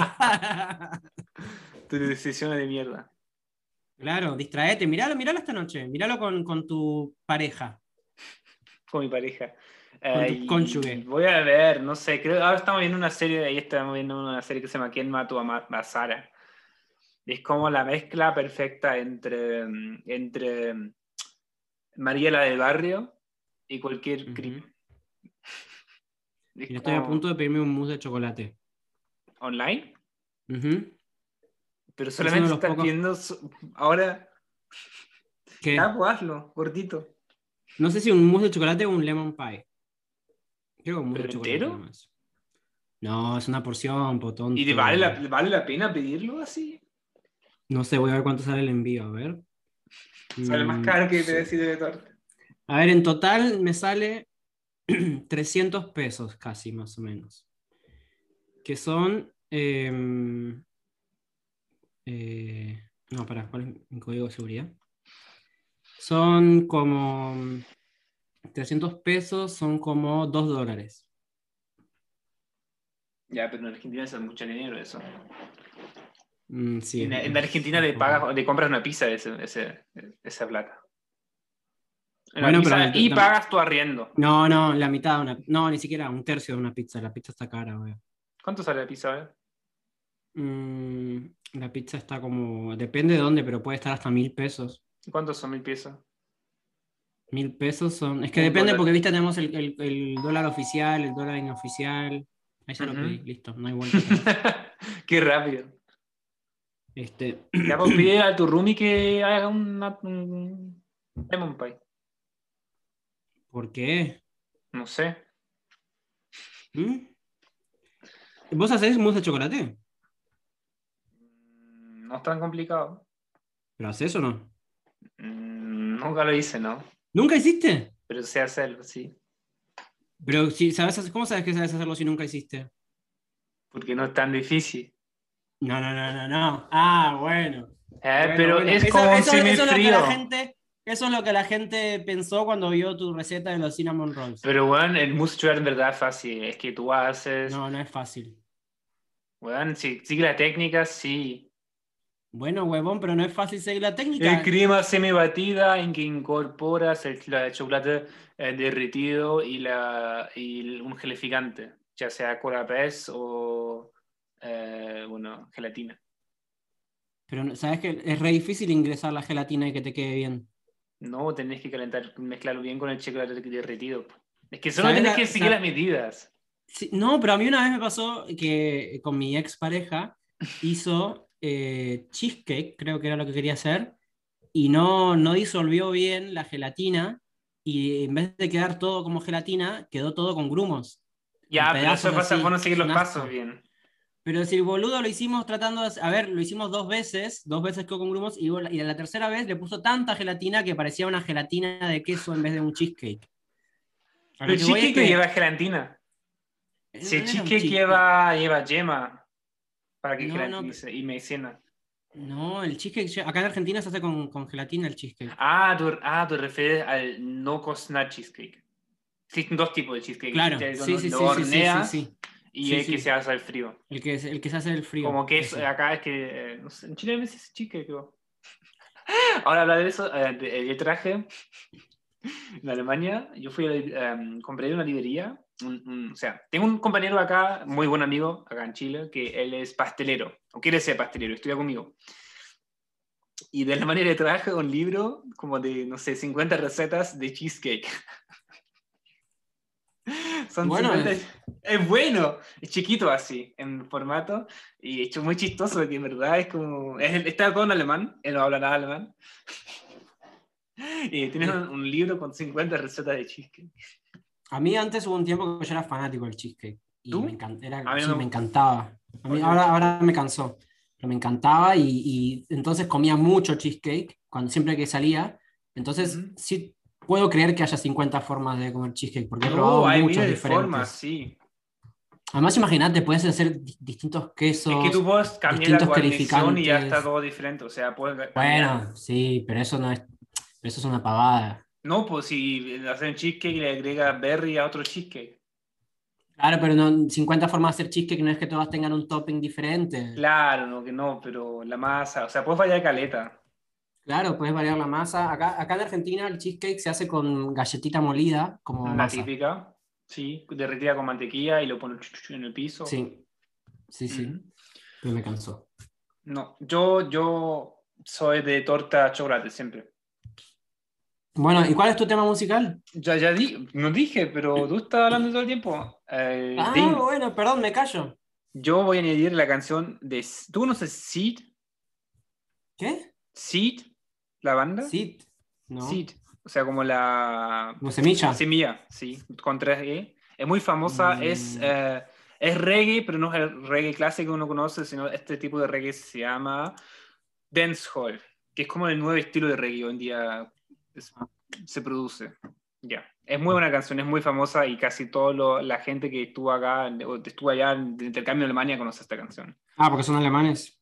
Tu decisión de mierda. Claro, distraete, miralo, miralo esta noche, miralo con, con tu pareja, Con mi pareja. con Eh, tu y cónyuge. voy a ver, no sé, creo, ahora estamos viendo una serie, ahí estamos viendo una serie que se llama ¿Quién mató a, Ma- a Sara? Es como la mezcla perfecta entre, mm, entre mm, Mariela del Barrio y cualquier Ujú. crimen. Es Mira, estoy a punto como de pedirme un mousse de chocolate. online, Ujú. pero Es uno solamente de los estás pocos viendo su- ahora. Ya, que... pues hazlo, gordito. No sé si un mousse de chocolate o un lemon pie. Creo que un mousse ¿Pero de chocolate entero? nomás. No, es una porción, po ¿Y te vale la, tonto. vale la pena pedirlo así? No sé, voy a ver cuánto sale el envío, a ver. Sale más Mm, caro que sí. pedacito de torta. A ver, en total me sale trescientos pesos casi, más o menos. Que son... em, eh, no, para, ¿cuál es mi código de seguridad? Son como trescientos pesos, son como dos dólares. Ya, pero en Argentina es mucho dinero eso. Mm, sí, En, es, en es Argentina un le poco. pagas, le compras una pizza de ese, ese- esa plata. Una Bueno, pero pizza el- y tam- pagas tu arriendo. no, no, la mitad de una. No, ni siquiera un tercio de una pizza. La pizza está cara, güey. ¿Cuánto sale la pizza, eh? Mm, la pizza está como. Depende de dónde, pero puede estar hasta mil pesos. ¿Cuántos son mil pesos? Mil pesos son. Es que Un depende dólar. porque, viste, tenemos el, el- el dólar oficial, el dólar inoficial. Ahí ya lo pedí, Ujú. listo, no hay vuelta atrás. Qué rápido. Este. Ya, pues pide a tu roomie que haga una- un lemon pie. ¿Por qué? No sé. ¿Mm? ¿Vos hacés mousse de chocolate? Mm, No es tan complicado. ¿Pero haces o no? Mm, Nunca lo hice, ¿no? ¿Nunca hiciste? Pero sé hacerlo, sí. Pero si sabes hacer- ¿cómo sabes que sabes hacerlo si nunca hiciste? Porque no es tan difícil. No, no, no, no, no. Ah, bueno. Eh, Bueno, pero bueno. es Eso, como un eso, símil eso es lo que la frío. gente, eso es lo que la gente pensó cuando vio tu receta de los cinnamon rolls. Pero, bueno, el mousse chocolate en verdad es fácil. Es que tú haces. No, no es fácil. Bueno, si sigue la técnica, sí. Bueno, huevón, pero no es fácil seguir la Es técnica. crema semi-batida en que incorporas el, la chocolate eh, derretido y, la, y un gelificante, ya sea cola pez o eh, bueno, gelatina. Pero no- sabes que es re difícil ingresar la gelatina y que te quede bien. No, tenés que calentar, mezclarlo bien con el chocolate derretido. Es que solo ¿Sabes tenés la, que seguir sa- las medidas. Sí, no, pero a mí una vez me pasó que con mi ex pareja hizo eh, cheesecake, creo que era lo que quería hacer, y no, no disolvió bien la gelatina, y en vez de quedar todo como gelatina, quedó todo con grumos, en Ya, pero pedazos eso pasa por no así. seguir Es los un pasos asco. bien. Pero si el boludo lo hicimos tratando de... A ver, lo hicimos dos veces, dos veces quedó con grumos, y, y a la tercera vez le puso tanta gelatina que parecía una gelatina de queso en vez de un cheesecake. A Pero lo el que voy es cheesecake no lleva que gelatina. eh, Si no el no era un cheesecake cheesecake. lleva, lleva yema para que No, no, gelatinice y maicena. no, el cheesecake, lle- acá en Argentina se hace con, con gelatina el cheesecake. Ah, tú, ah, tú refieres al no cocinar cheesecake. Existen dos tipos de cheesecake. Existe Claro, el que sí, lo sí, lo sí, sí, sí, sí, horneas sí. y Sí, el que se sí. hace al frío. El que, es- el que se hace el frío, Como que es, ese. acá es que, eh, no sé, en Chile me dice cheesecake, creo. Ahora hablar de eso, eh, de- yo traje en Alemania, yo fui a la- em, compré de una librería, un- un- o sea, tengo un compañero acá, muy buen amigo, acá en Chile, que él es pastelero, o quiere ser pastelero, estudia conmigo. Y de la manera de trabajo un libro como de, no sé, cincuenta recetas de cheesecake. Son Bueno, cincuenta. es, Es bueno, es chiquito así, en formato, y hecho muy chistoso, porque en verdad es como. Es, está todo en alemán, él no habla nada alemán. Y tiene es- un, un libro con cincuenta recetas de cheesecake. a mí antes hubo un tiempo que yo era fanático del cheesecake. Y me ¿Tú? encanta, A era, mí no sí, me me gusta. encantaba. A mí, Odio el ahora, ahora cheesecake. me cansó. Pero me encantaba y, y entonces comía mucho cheesecake cuando, siempre que salía. Entonces, Ujú. sí, puedo creer que haya cincuenta formas de comer cheesecake, porque he No, probado hay muchos miles de formas, diferentes. sí. Además, imagínate, puedes hacer di- distintos Es que tú quesos, puedes cambiar la distintos guarnición y ya está clarificantes. todo diferente. O sea, puedes cambiar. Bueno, sí, pero eso no es, pero eso es una pavada. No, pues si hacen cheesecake y le agregas berry a otro cheesecake. Claro, pero no, cincuenta formas de hacer cheesecake no es que todas tengan un topping diferente. Claro, no, que no, pero la masa, o sea, puedes variar caleta. Claro, puedes variar la masa. Acá, acá en Argentina el cheesecake se hace con galletita molida como La masa. típica, sí, derretida con mantequilla y lo pones chu, chu, chu en el piso. Sí, sí, sí, Ujú. pero me cansó. No, yo, yo soy de torta chocolate siempre. Bueno, ¿y cuál es tu tema musical? Ya, ya di, no dije, pero tú estás hablando todo el tiempo. Eh, Ah, Ding, bueno, perdón, me callo. yo voy a añadir la canción de... ¿Tú conoces Seed? ¿Qué? Seed, la banda. Sí, ¿no? Seed, o sea, como la ¿Como semilla? semilla, sí, con tres E. Es muy famosa, es, Mm, eh, es reggae, pero no es el reggae clásico que uno conoce, sino este tipo de reggae se llama dancehall, que es como el nuevo estilo de reggae hoy en día es- se produce. Ya, es muy buena canción, es muy famosa y casi toda la gente que estuvo acá o estuvo allá de intercambio en Alemania conoce esta canción. Ah, porque son alemanes.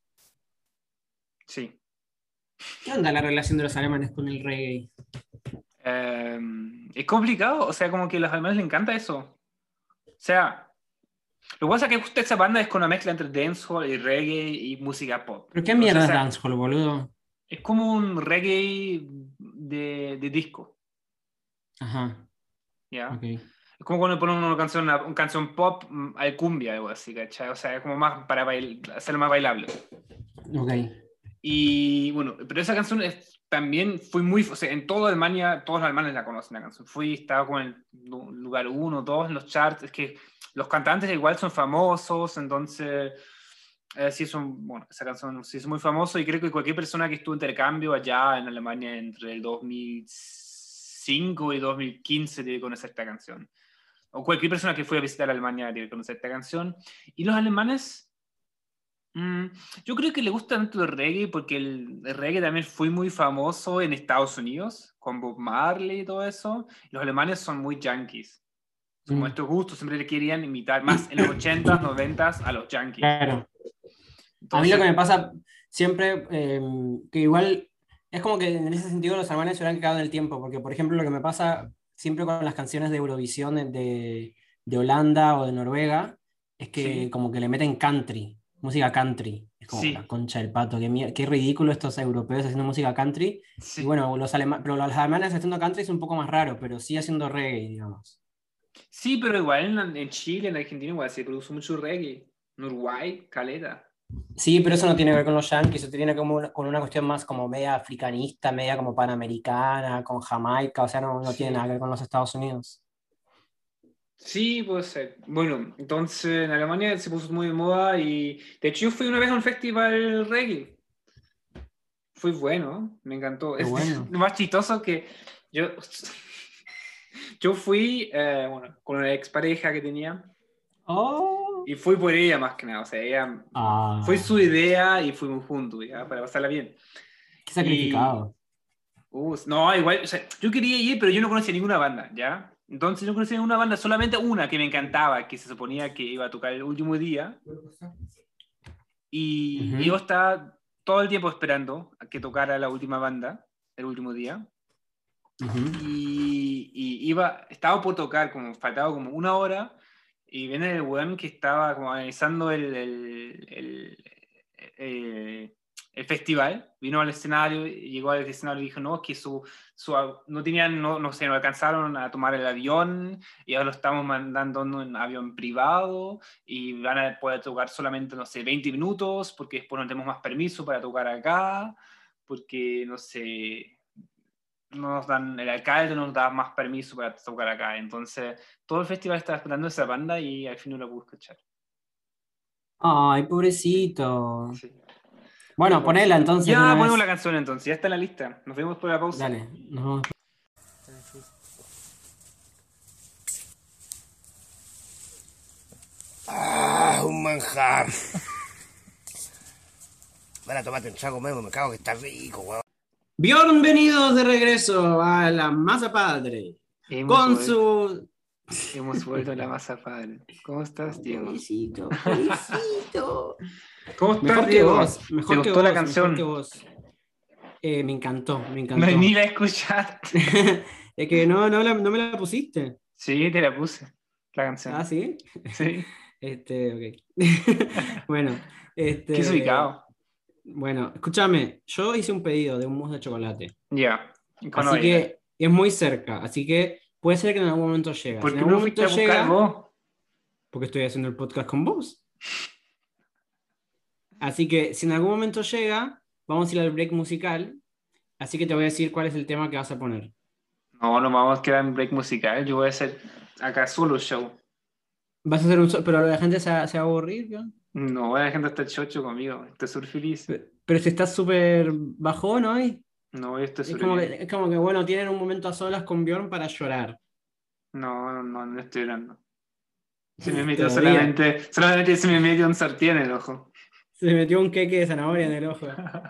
Sí. ¿Qué onda la relación de los alemanes con el reggae? Eh, es complicado, o sea, como que a los alemanes les encanta eso. O sea, lo que pasa es que justo esa banda es con una mezcla entre dancehall y reggae y música pop. ¿Pero qué Entonces, mierda o es sea, dancehall, boludo? es como un reggae de, de disco, Ajá, ¿ya? ok. Es como cuando ponen una canción, una, una canción pop mm, al cumbia, algo así, ¿cachai? O sea, es como más para bail- hacerlo más bailable. Ok. Y bueno, pero esa canción es, también fue muy, o sea, en toda Alemania, todos los alemanes la conocen la canción. Fui, estaba como en el lu- lugar uno, dos en los charts, es que los cantantes igual son famosos, entonces eh, sí son, bueno, esa canción sí es muy famosa y creo que cualquier persona que estuvo en intercambio allá en Alemania entre el dos mil cinco y dos mil quince debe conocer esta canción. O cualquier persona que fue a visitar Alemania debe conocer esta canción. Y los alemanes... Mm, yo creo que le gusta tanto el reggae porque el, el reggae también fue muy famoso en Estados Unidos, con Bob Marley y todo eso. Los alemanes son muy yankees. Como Mm. estos gustos siempre le querían imitar más en los ochentas, noventas a los yankees. Claro. A mí lo que Entonces, me pasa siempre, eh, que igual es como que en ese sentido los alemanes se hubieran quedado en el tiempo, porque por ejemplo lo que me pasa siempre con las canciones de Eurovisión de, de, de Holanda o de Noruega es que sí, como que le meten country, música country. Es como la sí, concha del pato, qué, mier- qué ridículo estos europeos haciendo música country. Y sí. bueno, los alemanes, pero los alemanes haciendo country es un poco más raro, pero sí haciendo reggae, digamos. Sí, pero igual en, en Chile, en Argentina, igual se produce mucho reggae. En Uruguay, caleta. Sí, pero eso no tiene que ver con los yankees, eso tiene como una, con una cuestión más como media africanista, media como panamericana, con Jamaica, o sea, no, no tiene nada Sí. que ver con los Estados Unidos. Sí, puede ser. Bueno, entonces en Alemania se puso muy de moda y de hecho yo fui una vez a un festival reggae. Fue bueno, me encantó. Qué Es bueno. lo más chistoso que yo, yo fui, eh, bueno, con una expareja que tenía Oh. y fui por ella más que nada. O sea, ella fue Ah, su idea y fuimos juntos, ¿ya? Para pasarla bien. qué Y, sacrificado. uh, no, igual, o sea, yo quería ir, pero yo no conocía ninguna banda, ¿ya? Entonces no conocía ninguna banda, solamente una que me encantaba, que se suponía que iba a tocar el último día. Y, y yo Ujú, estaba todo el tiempo esperando a que tocara la última banda, el último día. ujú. Y, y iba, estaba por tocar, como faltaba como una hora, y viene el weón que estaba como organizando el, el, el, el- el festival, vino al escenario, llegó al escenario y dijo, no, es que su, su, no tenían, no, no sé, no alcanzaron a tomar el avión, y ahora lo estamos mandando en un avión privado, y van a poder tocar solamente, no sé, veinte minutos, porque después no tenemos más permiso para tocar acá, porque, no sé, no nos dan, el alcalde no nos da más permiso para tocar acá. Entonces, todo el festival estaba esperando esa banda y al fin no la pude escuchar. Ay, pobrecito. Sí. Oye, Bueno, pues, ponela entonces de ya una ponemos la vez. canción entonces, ya está en la lista. Nos vemos por la pausa. Dale, nos vemos. Ah, un manjar. Van a tomarte un trago, Memo, me cago que está rico, weón. Bienvenidos de regreso a la Masa Padre. Hemos Con vuelto, su... hemos vuelto a la masa padre. ¿Cómo estás, Diego? Felicito, felicito. ¿Cómo estás, Mejor que Diego? vos, ¿Te mejor que gustó la vos, canción? mejor que vos. Eh, me encantó, me No, encantó. ni la escuchaste. Es que no, no, la- no me la pusiste. Sí, te la puse, la canción. Ah, ¿sí? Sí. Este, ok. Bueno, este... ¿Qué es ubicado? Bueno, escúchame, yo hice un pedido de un mousse de chocolate. Ya. ¿Y cuándo Así va a llegar? que es muy cerca, así que puede ser que en algún momento llegue. ¿Por Si qué en no algún lo fuiste momento a buscar llega, vos? porque estoy haciendo el podcast con vos. Así que si en algún momento llega, vamos a ir al break musical. Así que te voy a decir cuál es el tema que vas a poner. No, no vamos a quedar en break musical. Yo voy a hacer acá solo show. Vas a hacer un so- pero la gente se va, se va a aburrir, ¿no? No, la gente está chocho conmigo. Estoy sur feliz. Pero, pero si estás súper bajón hoy, No, yo estoy es sur como bien. que, es como que, bueno, tienen un momento a solas con Bjorn para llorar. No, no, no, no estoy llorando. Se me metió Todavía. solamente, solamente se me metió un sartén en el ojo. Se le metió un queque de zanahoria en el ojo.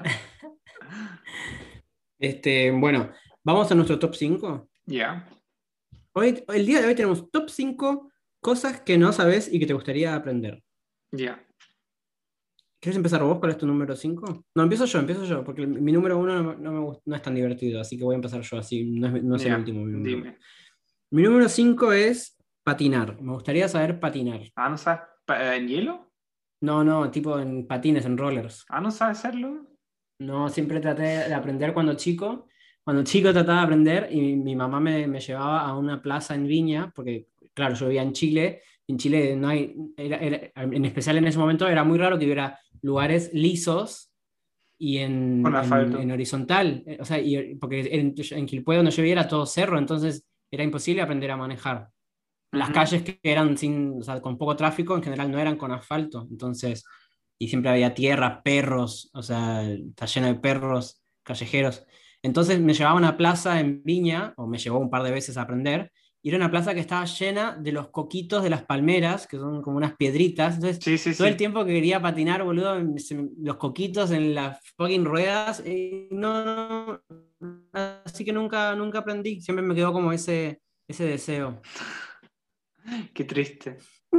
Este, bueno, vamos a nuestro top cinco. Ya. Hoy, el día de hoy tenemos top cinco cosas que no sabes y que te gustaría aprender. Ya. ¿Quieres empezar vos? ¿Cuál es tu número cinco? No, empiezo yo, empiezo yo, porque mi número uno no, me- no me gust- no es tan divertido, así que voy a empezar yo, así no es, no es el Ya. último. Mi número. Dime. Mi número cinco es patinar. Me gustaría saber patinar. Ah, ¿no sabes pa- en hielo? No, no, tipo en patines, en rollers. Ah, ¿no sabes hacerlo? No, siempre traté de aprender cuando chico. Cuando chico trataba de aprender y mi mamá me, me llevaba a una plaza en Viña, porque claro, yo vivía en Chile. En Chile no hay, era- era- en especial en ese momento era muy raro que hubiera lugares lisos y en, Con en- asfalto. en horizontal. Eh, O sea, y- porque en, en Quilpué donde yo vivía era todo cerro, entonces era imposible aprender a manejar. Las Ujú. calles que eran sin, o sea, con poco tráfico en general no eran con asfalto, entonces, y siempre había tierra, perros, o sea, está lleno de perros callejeros. Entonces me llevaba a una plaza en Viña, o me llevó un par de veces a aprender, y era una plaza que estaba llena de los coquitos de las palmeras, que son como unas piedritas. Entonces, Sí, sí, todo el sí. tiempo que quería patinar, boludo, se me- los coquitos en las fucking ruedas, y no, no, así que nunca, nunca aprendí, siempre me quedó como ese, ese deseo. Qué triste.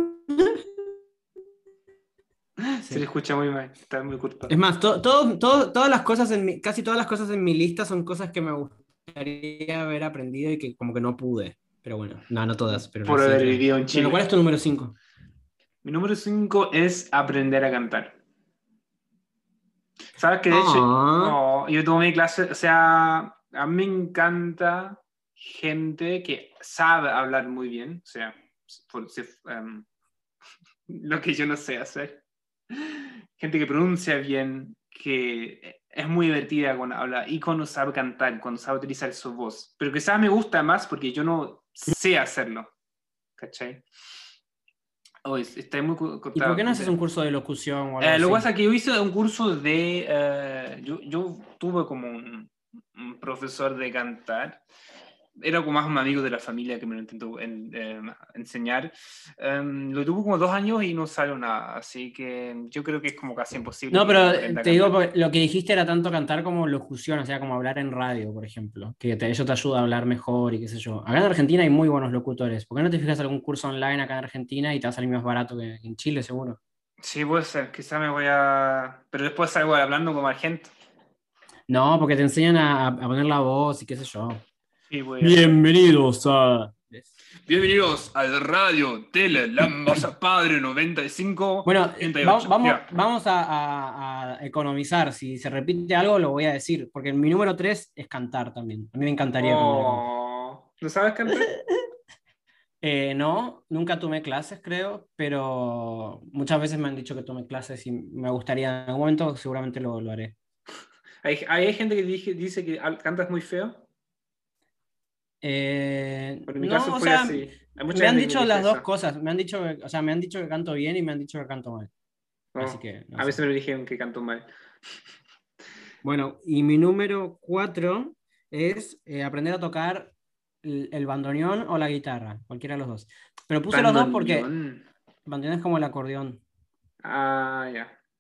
Se Sí. le escucha muy mal. Está muy cortado. Es más, to- todo- todo- todas las cosas en mi, casi todas las cosas en mi lista son cosas que me gustaría haber aprendido y que como que no pude. Pero bueno, no, no todas, pero Por sí haber otras. vivido en Bueno, Chile. ¿cuál es tu número cinco? Mi número cinco es aprender a cantar. ¿Sabes que de hecho, Ah, oh, yo tuve mi clase, o sea, a mí me encanta gente que sabe hablar muy bien, o sea, por, si- em, lo que yo no sé hacer. Gente que pronuncia bien, que es muy divertida cuando habla y cuando sabe cantar, cuando sabe utilizar su voz. Pero quizás me gusta más porque yo no sé hacerlo. ¿Cachai? Oh, es- está muy co- ¿y cortado. por qué no haces un curso de locución o algo Eh, lo que así? pasa es que yo hice un curso de... eh, yo, yo tuve como un, un profesor de cantar. Era como más un amigo de la familia que me lo intentó en- eh, enseñar. Em, lo tuve como dos años y no salió nada. Así que yo creo que es como casi imposible No, que pero aprenda a te digo, cantar. porque lo que dijiste era tanto cantar como locución, o sea, como hablar en radio, por ejemplo, que te- eso te ayuda a hablar mejor y qué sé yo. Acá en Argentina hay muy buenos locutores. ¿Por qué no te fijas algún curso online acá en Argentina y te va a salir más barato que en Chile, seguro? Sí, puede ser. Quizá me voy a... Pero después salgo hablando como argento. No, porque te enseñan a, a poner la voz y qué sé yo. Sí, voy a... Bienvenidos a... Bienvenidos al radio Tele La Masa Padre noventa y cinco. Bueno, ochenta y va- ocho. vamos, Ya. vamos a, a- a economizar. Si se repite algo, lo voy a decir. Porque mi número tres es cantar también. A mí me encantaría aprender a cantar. Oh, ¿no sabes cantar? Eh, no, nunca tomé clases, creo, pero muchas veces me han dicho que tome clases y me gustaría. En algún momento seguramente lo, lo haré. Hay, hay gente que dije- dice que al- cantas muy feo. Eh, Pero en mi no, caso o fue sea, así. Hay mucha me han gente que dicho me las dice dos eso. cosas. Me han dicho, que- o sea, me han dicho que canto bien y me han dicho que canto mal. Oh, Así que, no a veces sé. me dijeron que canto mal. Bueno, y mi número cuatro es eh, aprender a tocar el, el bandoneón o la guitarra, cualquiera de los dos. Pero puse los dos porque Bandoneón. bandoneón es como el acordeón. Ah, ya.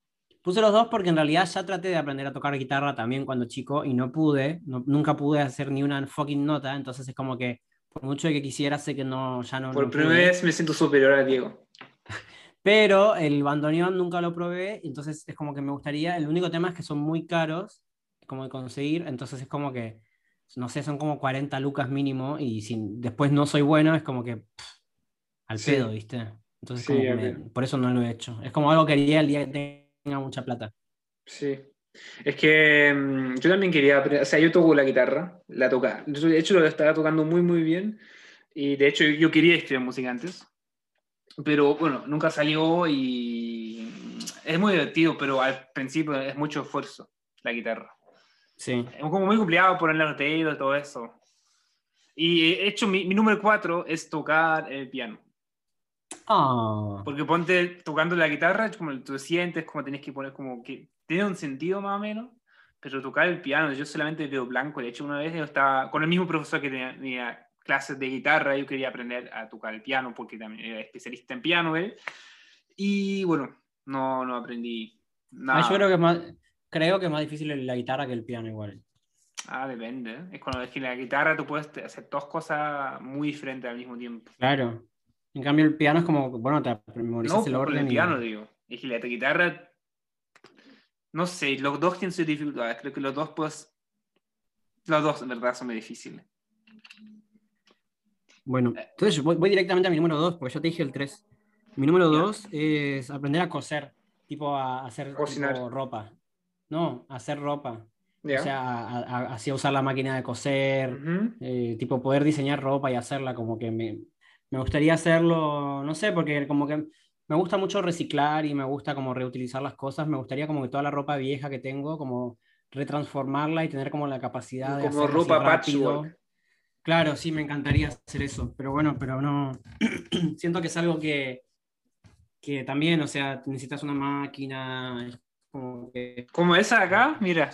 Puse los dos porque en realidad ya traté de aprender a tocar guitarra también cuando chico y no pude, no- nunca pude hacer ni una fucking nota, entonces es como que por mucho de que quisiera sé que no, ya no, Por no primera pude. vez me siento superior a Diego. Pero el bandoneón nunca lo probé, entonces es como que me gustaría, el único tema es que son muy caros, como de conseguir, entonces es como que, no sé, son como cuarenta lucas mínimo y si después no soy bueno es como que pff, al pedo, Sí, ¿viste? Entonces sí, como que me, obvio. por eso no lo he hecho. Es como algo que haría el día que tenga mucha plata. Sí. Es que mm, yo también quería aprender, o sea, yo toco la guitarra, la tocaba. De hecho, lo estaba tocando muy, muy bien. Y de hecho, yo quería estudiar música antes. Pero bueno, nunca salió y es muy divertido, pero al principio es mucho esfuerzo la guitarra. Sí. Es como muy complicado ponerle los dedos y todo eso. Y de hecho, mi, mi número cuatro es tocar el piano. Ah, Porque ponte tocando la guitarra, es como tú sientes, como tenés que poner, como que tiene un sentido más o menos, pero tocar el piano, yo solamente veo blanco. De hecho, una vez yo estaba con el mismo profesor que tenía, tenía clases de guitarra, yo quería aprender a tocar el piano porque también era especialista en piano él. Y bueno, no, no aprendí ah, yo creo nada. que es más, creo que es más difícil la guitarra que el piano igual. Ah, depende. ¿Eh? Es cuando es que en la guitarra tú puedes hacer dos cosas muy diferentes al mismo tiempo. Claro. En cambio el piano es como, bueno, te memorizas No, el pues con el orden piano, y... digo. Es que la guitarra, no sé, los dos tienen sus dificultades. Creo que los dos, pues, los dos en verdad son muy difíciles. Bueno, Eh, entonces voy, voy directamente a mi número dos porque yo te dije el tres. Mi número ya, dos es aprender a coser, tipo a hacer tipo cocinar. ropa. No, hacer ropa. O Ya. sea, a- a- así usar la máquina de coser, Ujú. eh, tipo poder diseñar ropa y hacerla, como que me, me gustaría hacerlo, no sé, porque como que me gusta mucho reciclar y me gusta como reutilizar las cosas. Me gustaría como que toda la ropa vieja que tengo, como retransformarla y tener como la capacidad de Como hacerlo así ropa patchwork. rápido. Claro, sí, me encantaría hacer eso, pero bueno, pero no, siento que es algo que, que también, o sea, necesitas una máquina, es como que Como esa de acá, mira.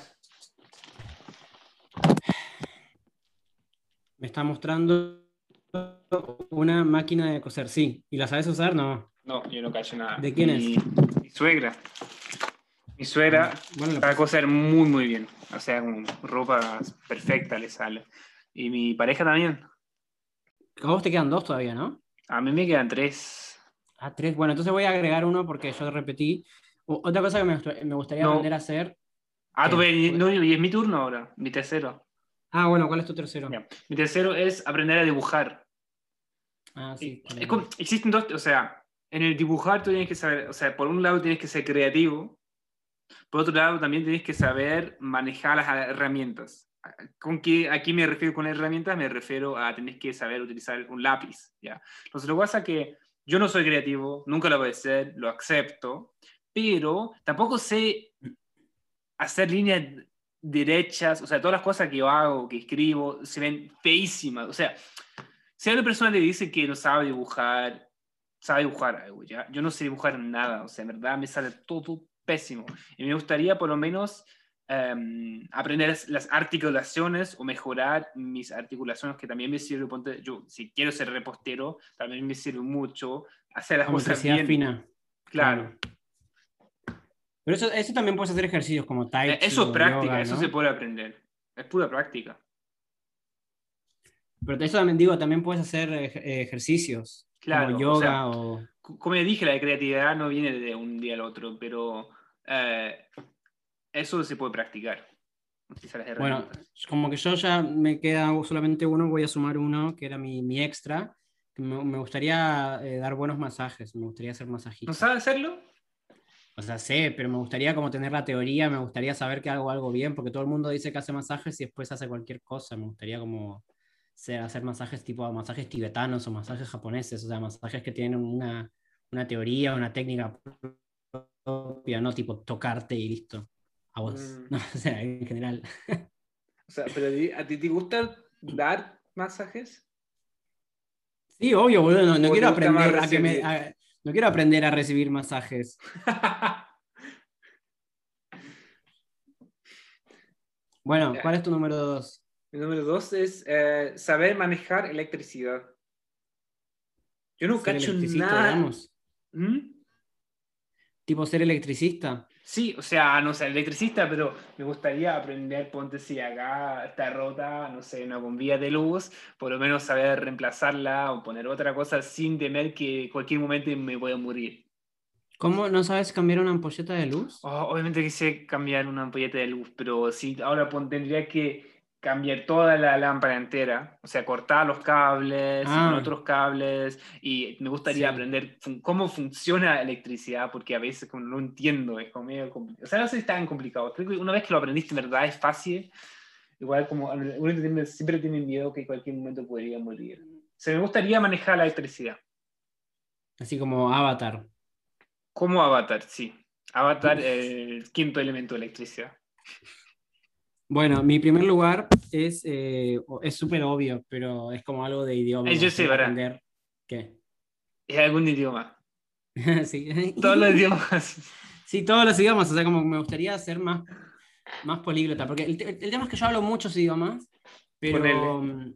me está mostrando una máquina de coser, sí, ¿y la sabes usar? No. No, yo no cacho nada. ¿De quién Mi, es? mi suegra. Mi Ah, suegra bueno, la sabe puedes... coser muy, muy bien. O sea, con ropa perfecta le sale. Y mi pareja también. A vos te quedan dos todavía, ¿no? A mí me quedan tres. Ah, tres. Bueno, entonces voy a agregar uno porque yo repetí. O- otra cosa que me, gust- me gustaría aprender a No. hacer, Ah, tú ¿qué? ves, Porque- no, y es mi turno ahora, mi tercero. Ah, bueno, ¿cuál es tu tercero? Ya. Mi tercero es aprender a dibujar. Ah, Y sí, es tenemos. como- existen dos, o sea, en el dibujar tú tienes que saber, o sea, por un lado tienes que ser creativo, por otro lado también tienes que saber manejar las herramientas. ¿Con qué, ¿A qué me refiero con herramientas? Me refiero a tener que saber utilizar un lápiz, ¿ya? Entonces lo que pasa es que yo no soy creativo, nunca lo voy a ser, lo acepto, pero tampoco sé hacer líneas derechas, o sea, todas las cosas que yo hago, que escribo, se ven feísimas. O sea, si a una persona le dice que no sabe dibujar, sabe dibujar algo, ¿ya? Yo no sé dibujar nada, o sea, en verdad me sale todo pésimo. Y me gustaría por lo menos um, aprender las articulaciones o mejorar mis articulaciones, que también me sirve, ponte, yo si quiero ser repostero, también me sirve mucho hacer las La cosas motricidad bien, fina, claro. claro. Pero eso, eso también puedes hacer ejercicios como tai Eh, chi Eso es o práctica, yoga, eso se ¿no? puede aprender. Es pura práctica. Pero eso también digo, también puedes hacer ej- ejercicios como Claro, o sea, yoga o... c- como ya dije, la creatividad no viene de un día al otro, pero eh, eso se puede practicar, utilizar las Bueno, herramientas. como que yo ya me queda solamente uno, voy a sumar uno, que era mi, mi extra, que me, me gustaría eh, dar buenos masajes, me gustaría ser ¿No masajista. sabe hacerlo? O sea, sé, pero me gustaría como tener la teoría, me gustaría saber que hago algo bien, porque todo el mundo dice que hace masajes y después hace cualquier cosa. Me gustaría como ser, hacer masajes tipo masajes tibetanos o masajes japoneses, o sea, masajes que tienen una, una teoría, una técnica propia, no tipo tocarte y listo. A vos. Mm, No, o sea, en general. o sea, pero ¿a ti te gusta dar masajes? Sí, obvio, boludo, no, no ¿O te quiero gusta más aprender a que me... recibir? a- no quiero aprender a recibir masajes. Bueno, Ya. ¿cuál es tu número dos? El número dos es eh, saber manejar electricidad. Yo no Ser cacho electricista, nada. digamos. ¿Mm? Tipo ser electricista. Sí, o sea, no sé, electricista, pero me gustaría aprender, ponte si acá está rota, no sé, una bombilla de luz, por lo menos saber reemplazarla o poner otra cosa sin temer que en cualquier momento me pueda morir. ¿Cómo no sabes cambiar una ampolleta de luz? Oh, obviamente quise cambiar una ampolleta de luz, pero sí, ahora pon- tendría que cambiar toda la lámpara entera, o sea, cortar los cables y poner Ah, otros cables, y me gustaría sí. aprender fun- cómo funciona la electricidad, porque a veces como no entiendo, es como medio complicado. O sea, no sé si es tan complicado, creo que una vez que lo aprendiste, en verdad es fácil, igual como uno tiene- siempre tiene miedo que en cualquier momento podría morir. O sea, me gustaría manejar la electricidad, Así como Avatar. como Avatar, sí. Avatar, el quinto elemento de electricidad. Bueno, mi primer lugar es eh, o- es súper obvio, pero es como algo de idioma. Eh, Me yo sé, gustaría ¿verdad? aprender. ¿Qué? Es algún idioma. Todos los Sí. idiomas. Sí, todos los idiomas. O sea, como me gustaría ser más, más políglota. Porque el, te- el tema es que yo hablo muchos idiomas, pero. Ponele. mm,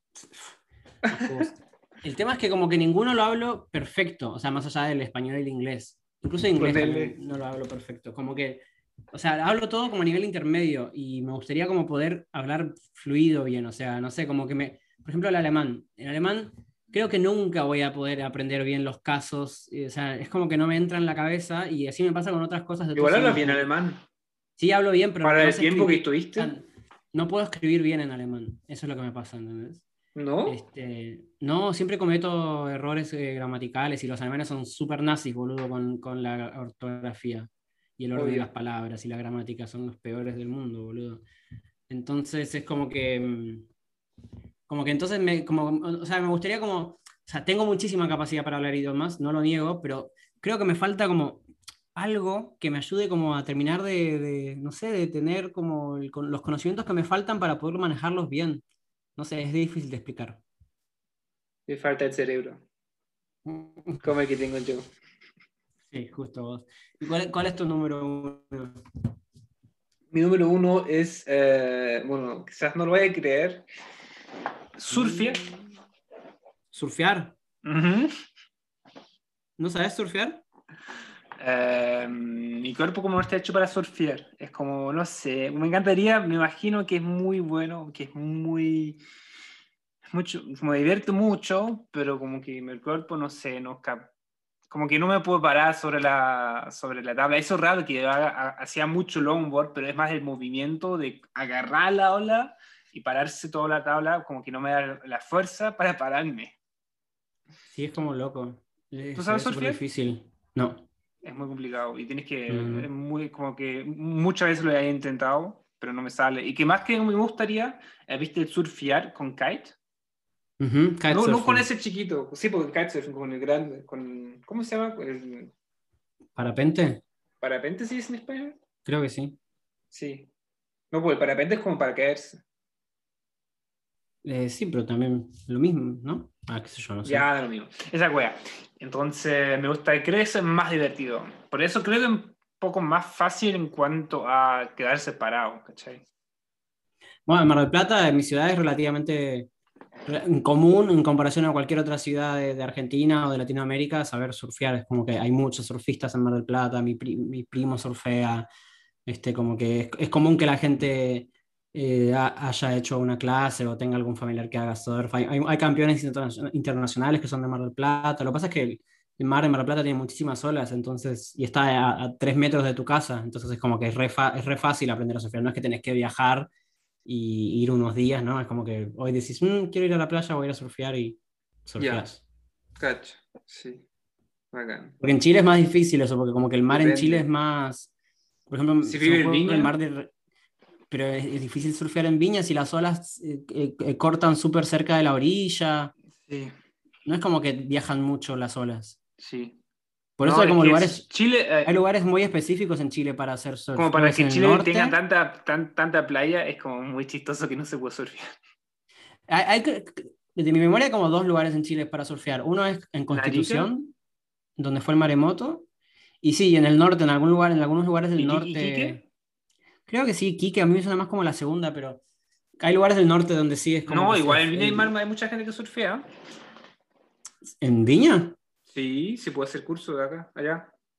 Of course. El tema es que como que ninguno lo hablo perfecto, o sea, más allá del español y el inglés. Incluso el inglés también Ponele. no lo hablo perfecto. Como que, o sea, hablo todo como a nivel intermedio y me gustaría como poder hablar fluido bien, o sea, no sé, como que me, por ejemplo, el alemán. El alemán creo que nunca voy a poder aprender bien los casos, y, o sea, es como que no me entra en la cabeza y así me pasa con otras cosas de otros Igual hablas idiomas, bien como que alemán. sí hablo bien, pero Para no el sé tiempo que escribir, o estuviste, sea, no puedo escribir bien en alemán. Eso es lo que me pasa, ¿entendés? ¿no? Este, no, siempre cometo errores eh, gramaticales y los alemanes son súper nazis, boludo, con, con la ortografía y el orden de las Obvio. palabras y la gramática son los peores del mundo, boludo. Entonces es como que, mm, como que entonces me, como, o sea, me gustaría como, o sea, tengo muchísima capacidad para hablar idiomas, no lo niego, pero creo que me falta como algo que me ayude como a terminar de, de, no sé, de tener como el- con los conocimientos que me faltan para poder manejarlos bien. No sé, es difícil de explicar. Me falta el cerebro. Como el que tengo yo. Sí, justo vos. ¿Y cuál, cuál es tu número uno? Mi número uno es, eh, bueno, quizás no lo vaya a creer, surfear. ¿Surfear? Ujú. ¿No sabes surfear? Eh, mi cuerpo como no está hecho para surfear. Es como, no sé, me encantaría, me imagino que es muy bueno, que es muy, mucho, como me divierto mucho, pero como que mi cuerpo, no sé, no cap- como que no me puedo parar sobre la, sobre la tabla. Eso es raro que yo haga- ha- hacía mucho longboard, pero es más el movimiento de agarrar la ola y pararse toda la tabla, como que no me da la fuerza para pararme. Sí, es como loco. ¿Tú Eh, se sabes ve súper surfear? difícil. No, Es muy complicado y tienes no, no, que, es no. muy, como que muchas veces lo he intentado, pero no me sale. Y que más que me gustaría, eh, ¿viste el surfear con kite? Ujú, No, no con kitesurfing. ese chiquito, sí, porque el kitesurfing con el grande, con, ¿cómo se llama? El ¿Parapente? parapente, ¿sí es en español? Creo que sí. Sí. No, pues el parapente es como para caerse. Eh, sí, pero también lo mismo, ¿no? Ah, qué sé yo, no sé. Ya, da lo mismo. Esa wea. Entonces, me gusta, creo que eso es más divertido. Por eso creo que es un poco más fácil en cuanto a quedarse parado, ¿cachai? Bueno, en Mar del Plata, en mi ciudad es relativamente re- común en comparación a cualquier otra ciudad de, de Argentina o de Latinoamérica saber surfear. Es como que hay muchos surfistas en Mar del Plata, mi, pri- mi primo surfea, este, como que es, es común que la gente eh, ha- haya hecho una clase o tenga algún familiar que haga surf. Hay, hay- hay campeones interna- internacionales que son de Mar del Plata. Lo que pasa es que el, el mar en Mar del Plata tiene muchísimas olas, entonces, y está a, a tres metros de tu casa, entonces es como que es re, fa- es re fácil aprender a surfear. No es que tenés que viajar y ir unos días, ¿no? Es como que hoy decís, "Mm, quiero ir a la playa, voy a ir a surfear y Ya, surfeás. cacho. Sí, bacán. Porque en Chile es más difícil eso, porque como que el mar en Chile es Depende. más, por ejemplo, Si se me vive en ocurre el mar Viña, de... Pero es, es difícil surfear en Viña si las olas eh, eh, eh, cortan súper cerca de la orilla. sí, No es como que viajan mucho las olas. sí. Por eso No, hay es como que es- lugares, Chile, hay eh, lugares muy específicos en Chile para hacer surf. como Creo que para es que en el Chile tenga norte. tanta, tan- tanta playa, es como muy chistoso que no se puede surfear. Hay, hay que- de mi memoria hay como dos lugares en Chile para surfear. Uno es en ¿En Arica? Constitución, donde fue el maremoto. Y sí, en el norte, en algún lugar, en algunos lugares del ¿Y Qui- norte, Iquique? creo que sí, Quique, a mí me suena más como la segunda, pero hay lugares del norte donde sí es como que No, es- igual en es Viña del Mar el- hay mucha gente que surfea. ¿En Viña? Sí, se puede hacer curso de acá, allá.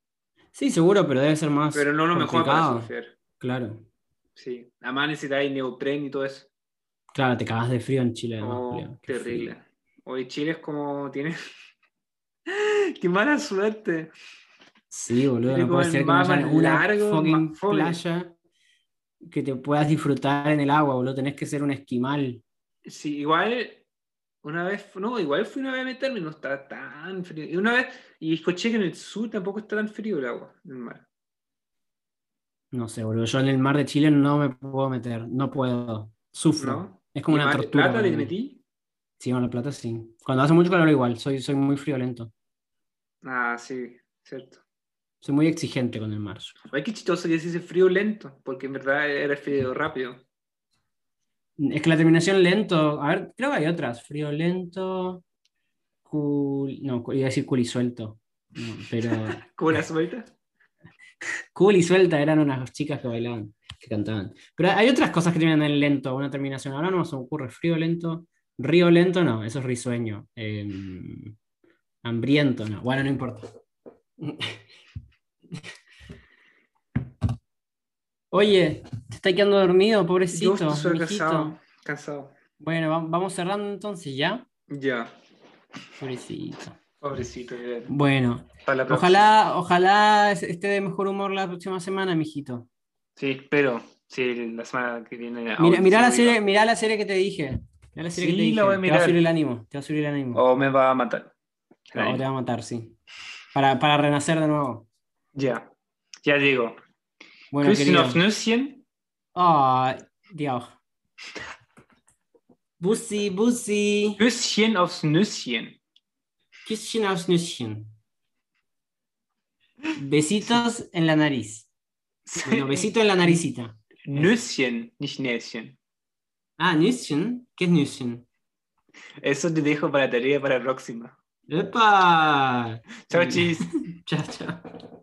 Sí, seguro, pero debe ser más Pero no lo mejor para complicado. surfear. Claro. Sí. Además necesitáis neopren y todo eso. Claro, te cagas de frío en Chile, además, Oh, Julián. Qué terrible. frío. Hoy Chile es como tiene. Qué mala suerte. Sí, boludo, Tiene no como puede el ser que no mar haya más una largo, más fucking fome. playa que te puedas disfrutar en el agua, boludo. Tenés que ser un esquimal. Sí, igual una vez, no, igual fui una vez a meterme y no está tan frío. Y una vez, y escuché que en el sur tampoco está tan frío el agua, el mar. No sé, boludo. Yo en el mar de Chile no me puedo meter. No puedo. Sufro. ¿No? Es como ¿Y una Mar del tortura Plata para te mí. metí? Sí, Mar del Plata sí. Cuando hace mucho calor igual. Soy, soy muy friolento. Ah, sí, cierto. Soy muy exigente con el mar. Ay, qué chistoso que dice frío lento, porque en verdad era frío rápido. Es que la terminación lento. A ver, creo que hay otras. Frío lento. Cool. No, iba a decir cool y suelto. No, pero ¿Cómo la suelta? cool y suelta eran unas chicas que bailaban, que cantaban. Pero hay otras cosas que tienen en lento, una terminación. Ahora no se me ocurre. Frío lento. Río lento, no, eso es risueño. Eh, hambriento, no. Bueno, no importa. Oye, te está quedando dormido, Yo pobrecito, estoy mijito. cansado, cansado. Bueno, va- vamos cerrando entonces, ¿ya? Ya, Pobrecito. pobrecito. Ya. Bueno, Para la próxima. ojalá, ojalá esté de mejor humor la próxima semana, mijito. Sí, espero. Sí, la semana que viene Mira, audio mira la seguro. serie, mira la serie que te dije. Mira la serie que te Sí, la voy a dije. Te va a subir mirar. el ánimo. Te va a subir el ánimo. O me va a matar. El O te va anime. a matar, sí. Para, para renacer de nuevo. Ya, ya digo. Bueno, Küssen auf querido. Nüsschen. Ah, Dios. Bussi, Bussi. Küsschen aufs Nüsschen. Küsschen aufs Nüsschen. Sí. Besitos en la nariz. No, besito en la naricita. Eso. Nüsschen, nicht Näschen. Ah, Nüsschen. ¿Qué es Nüsschen? Eso te dejo para tarea para la próxima. ¡Epa! Chao, chis. Chao, chao.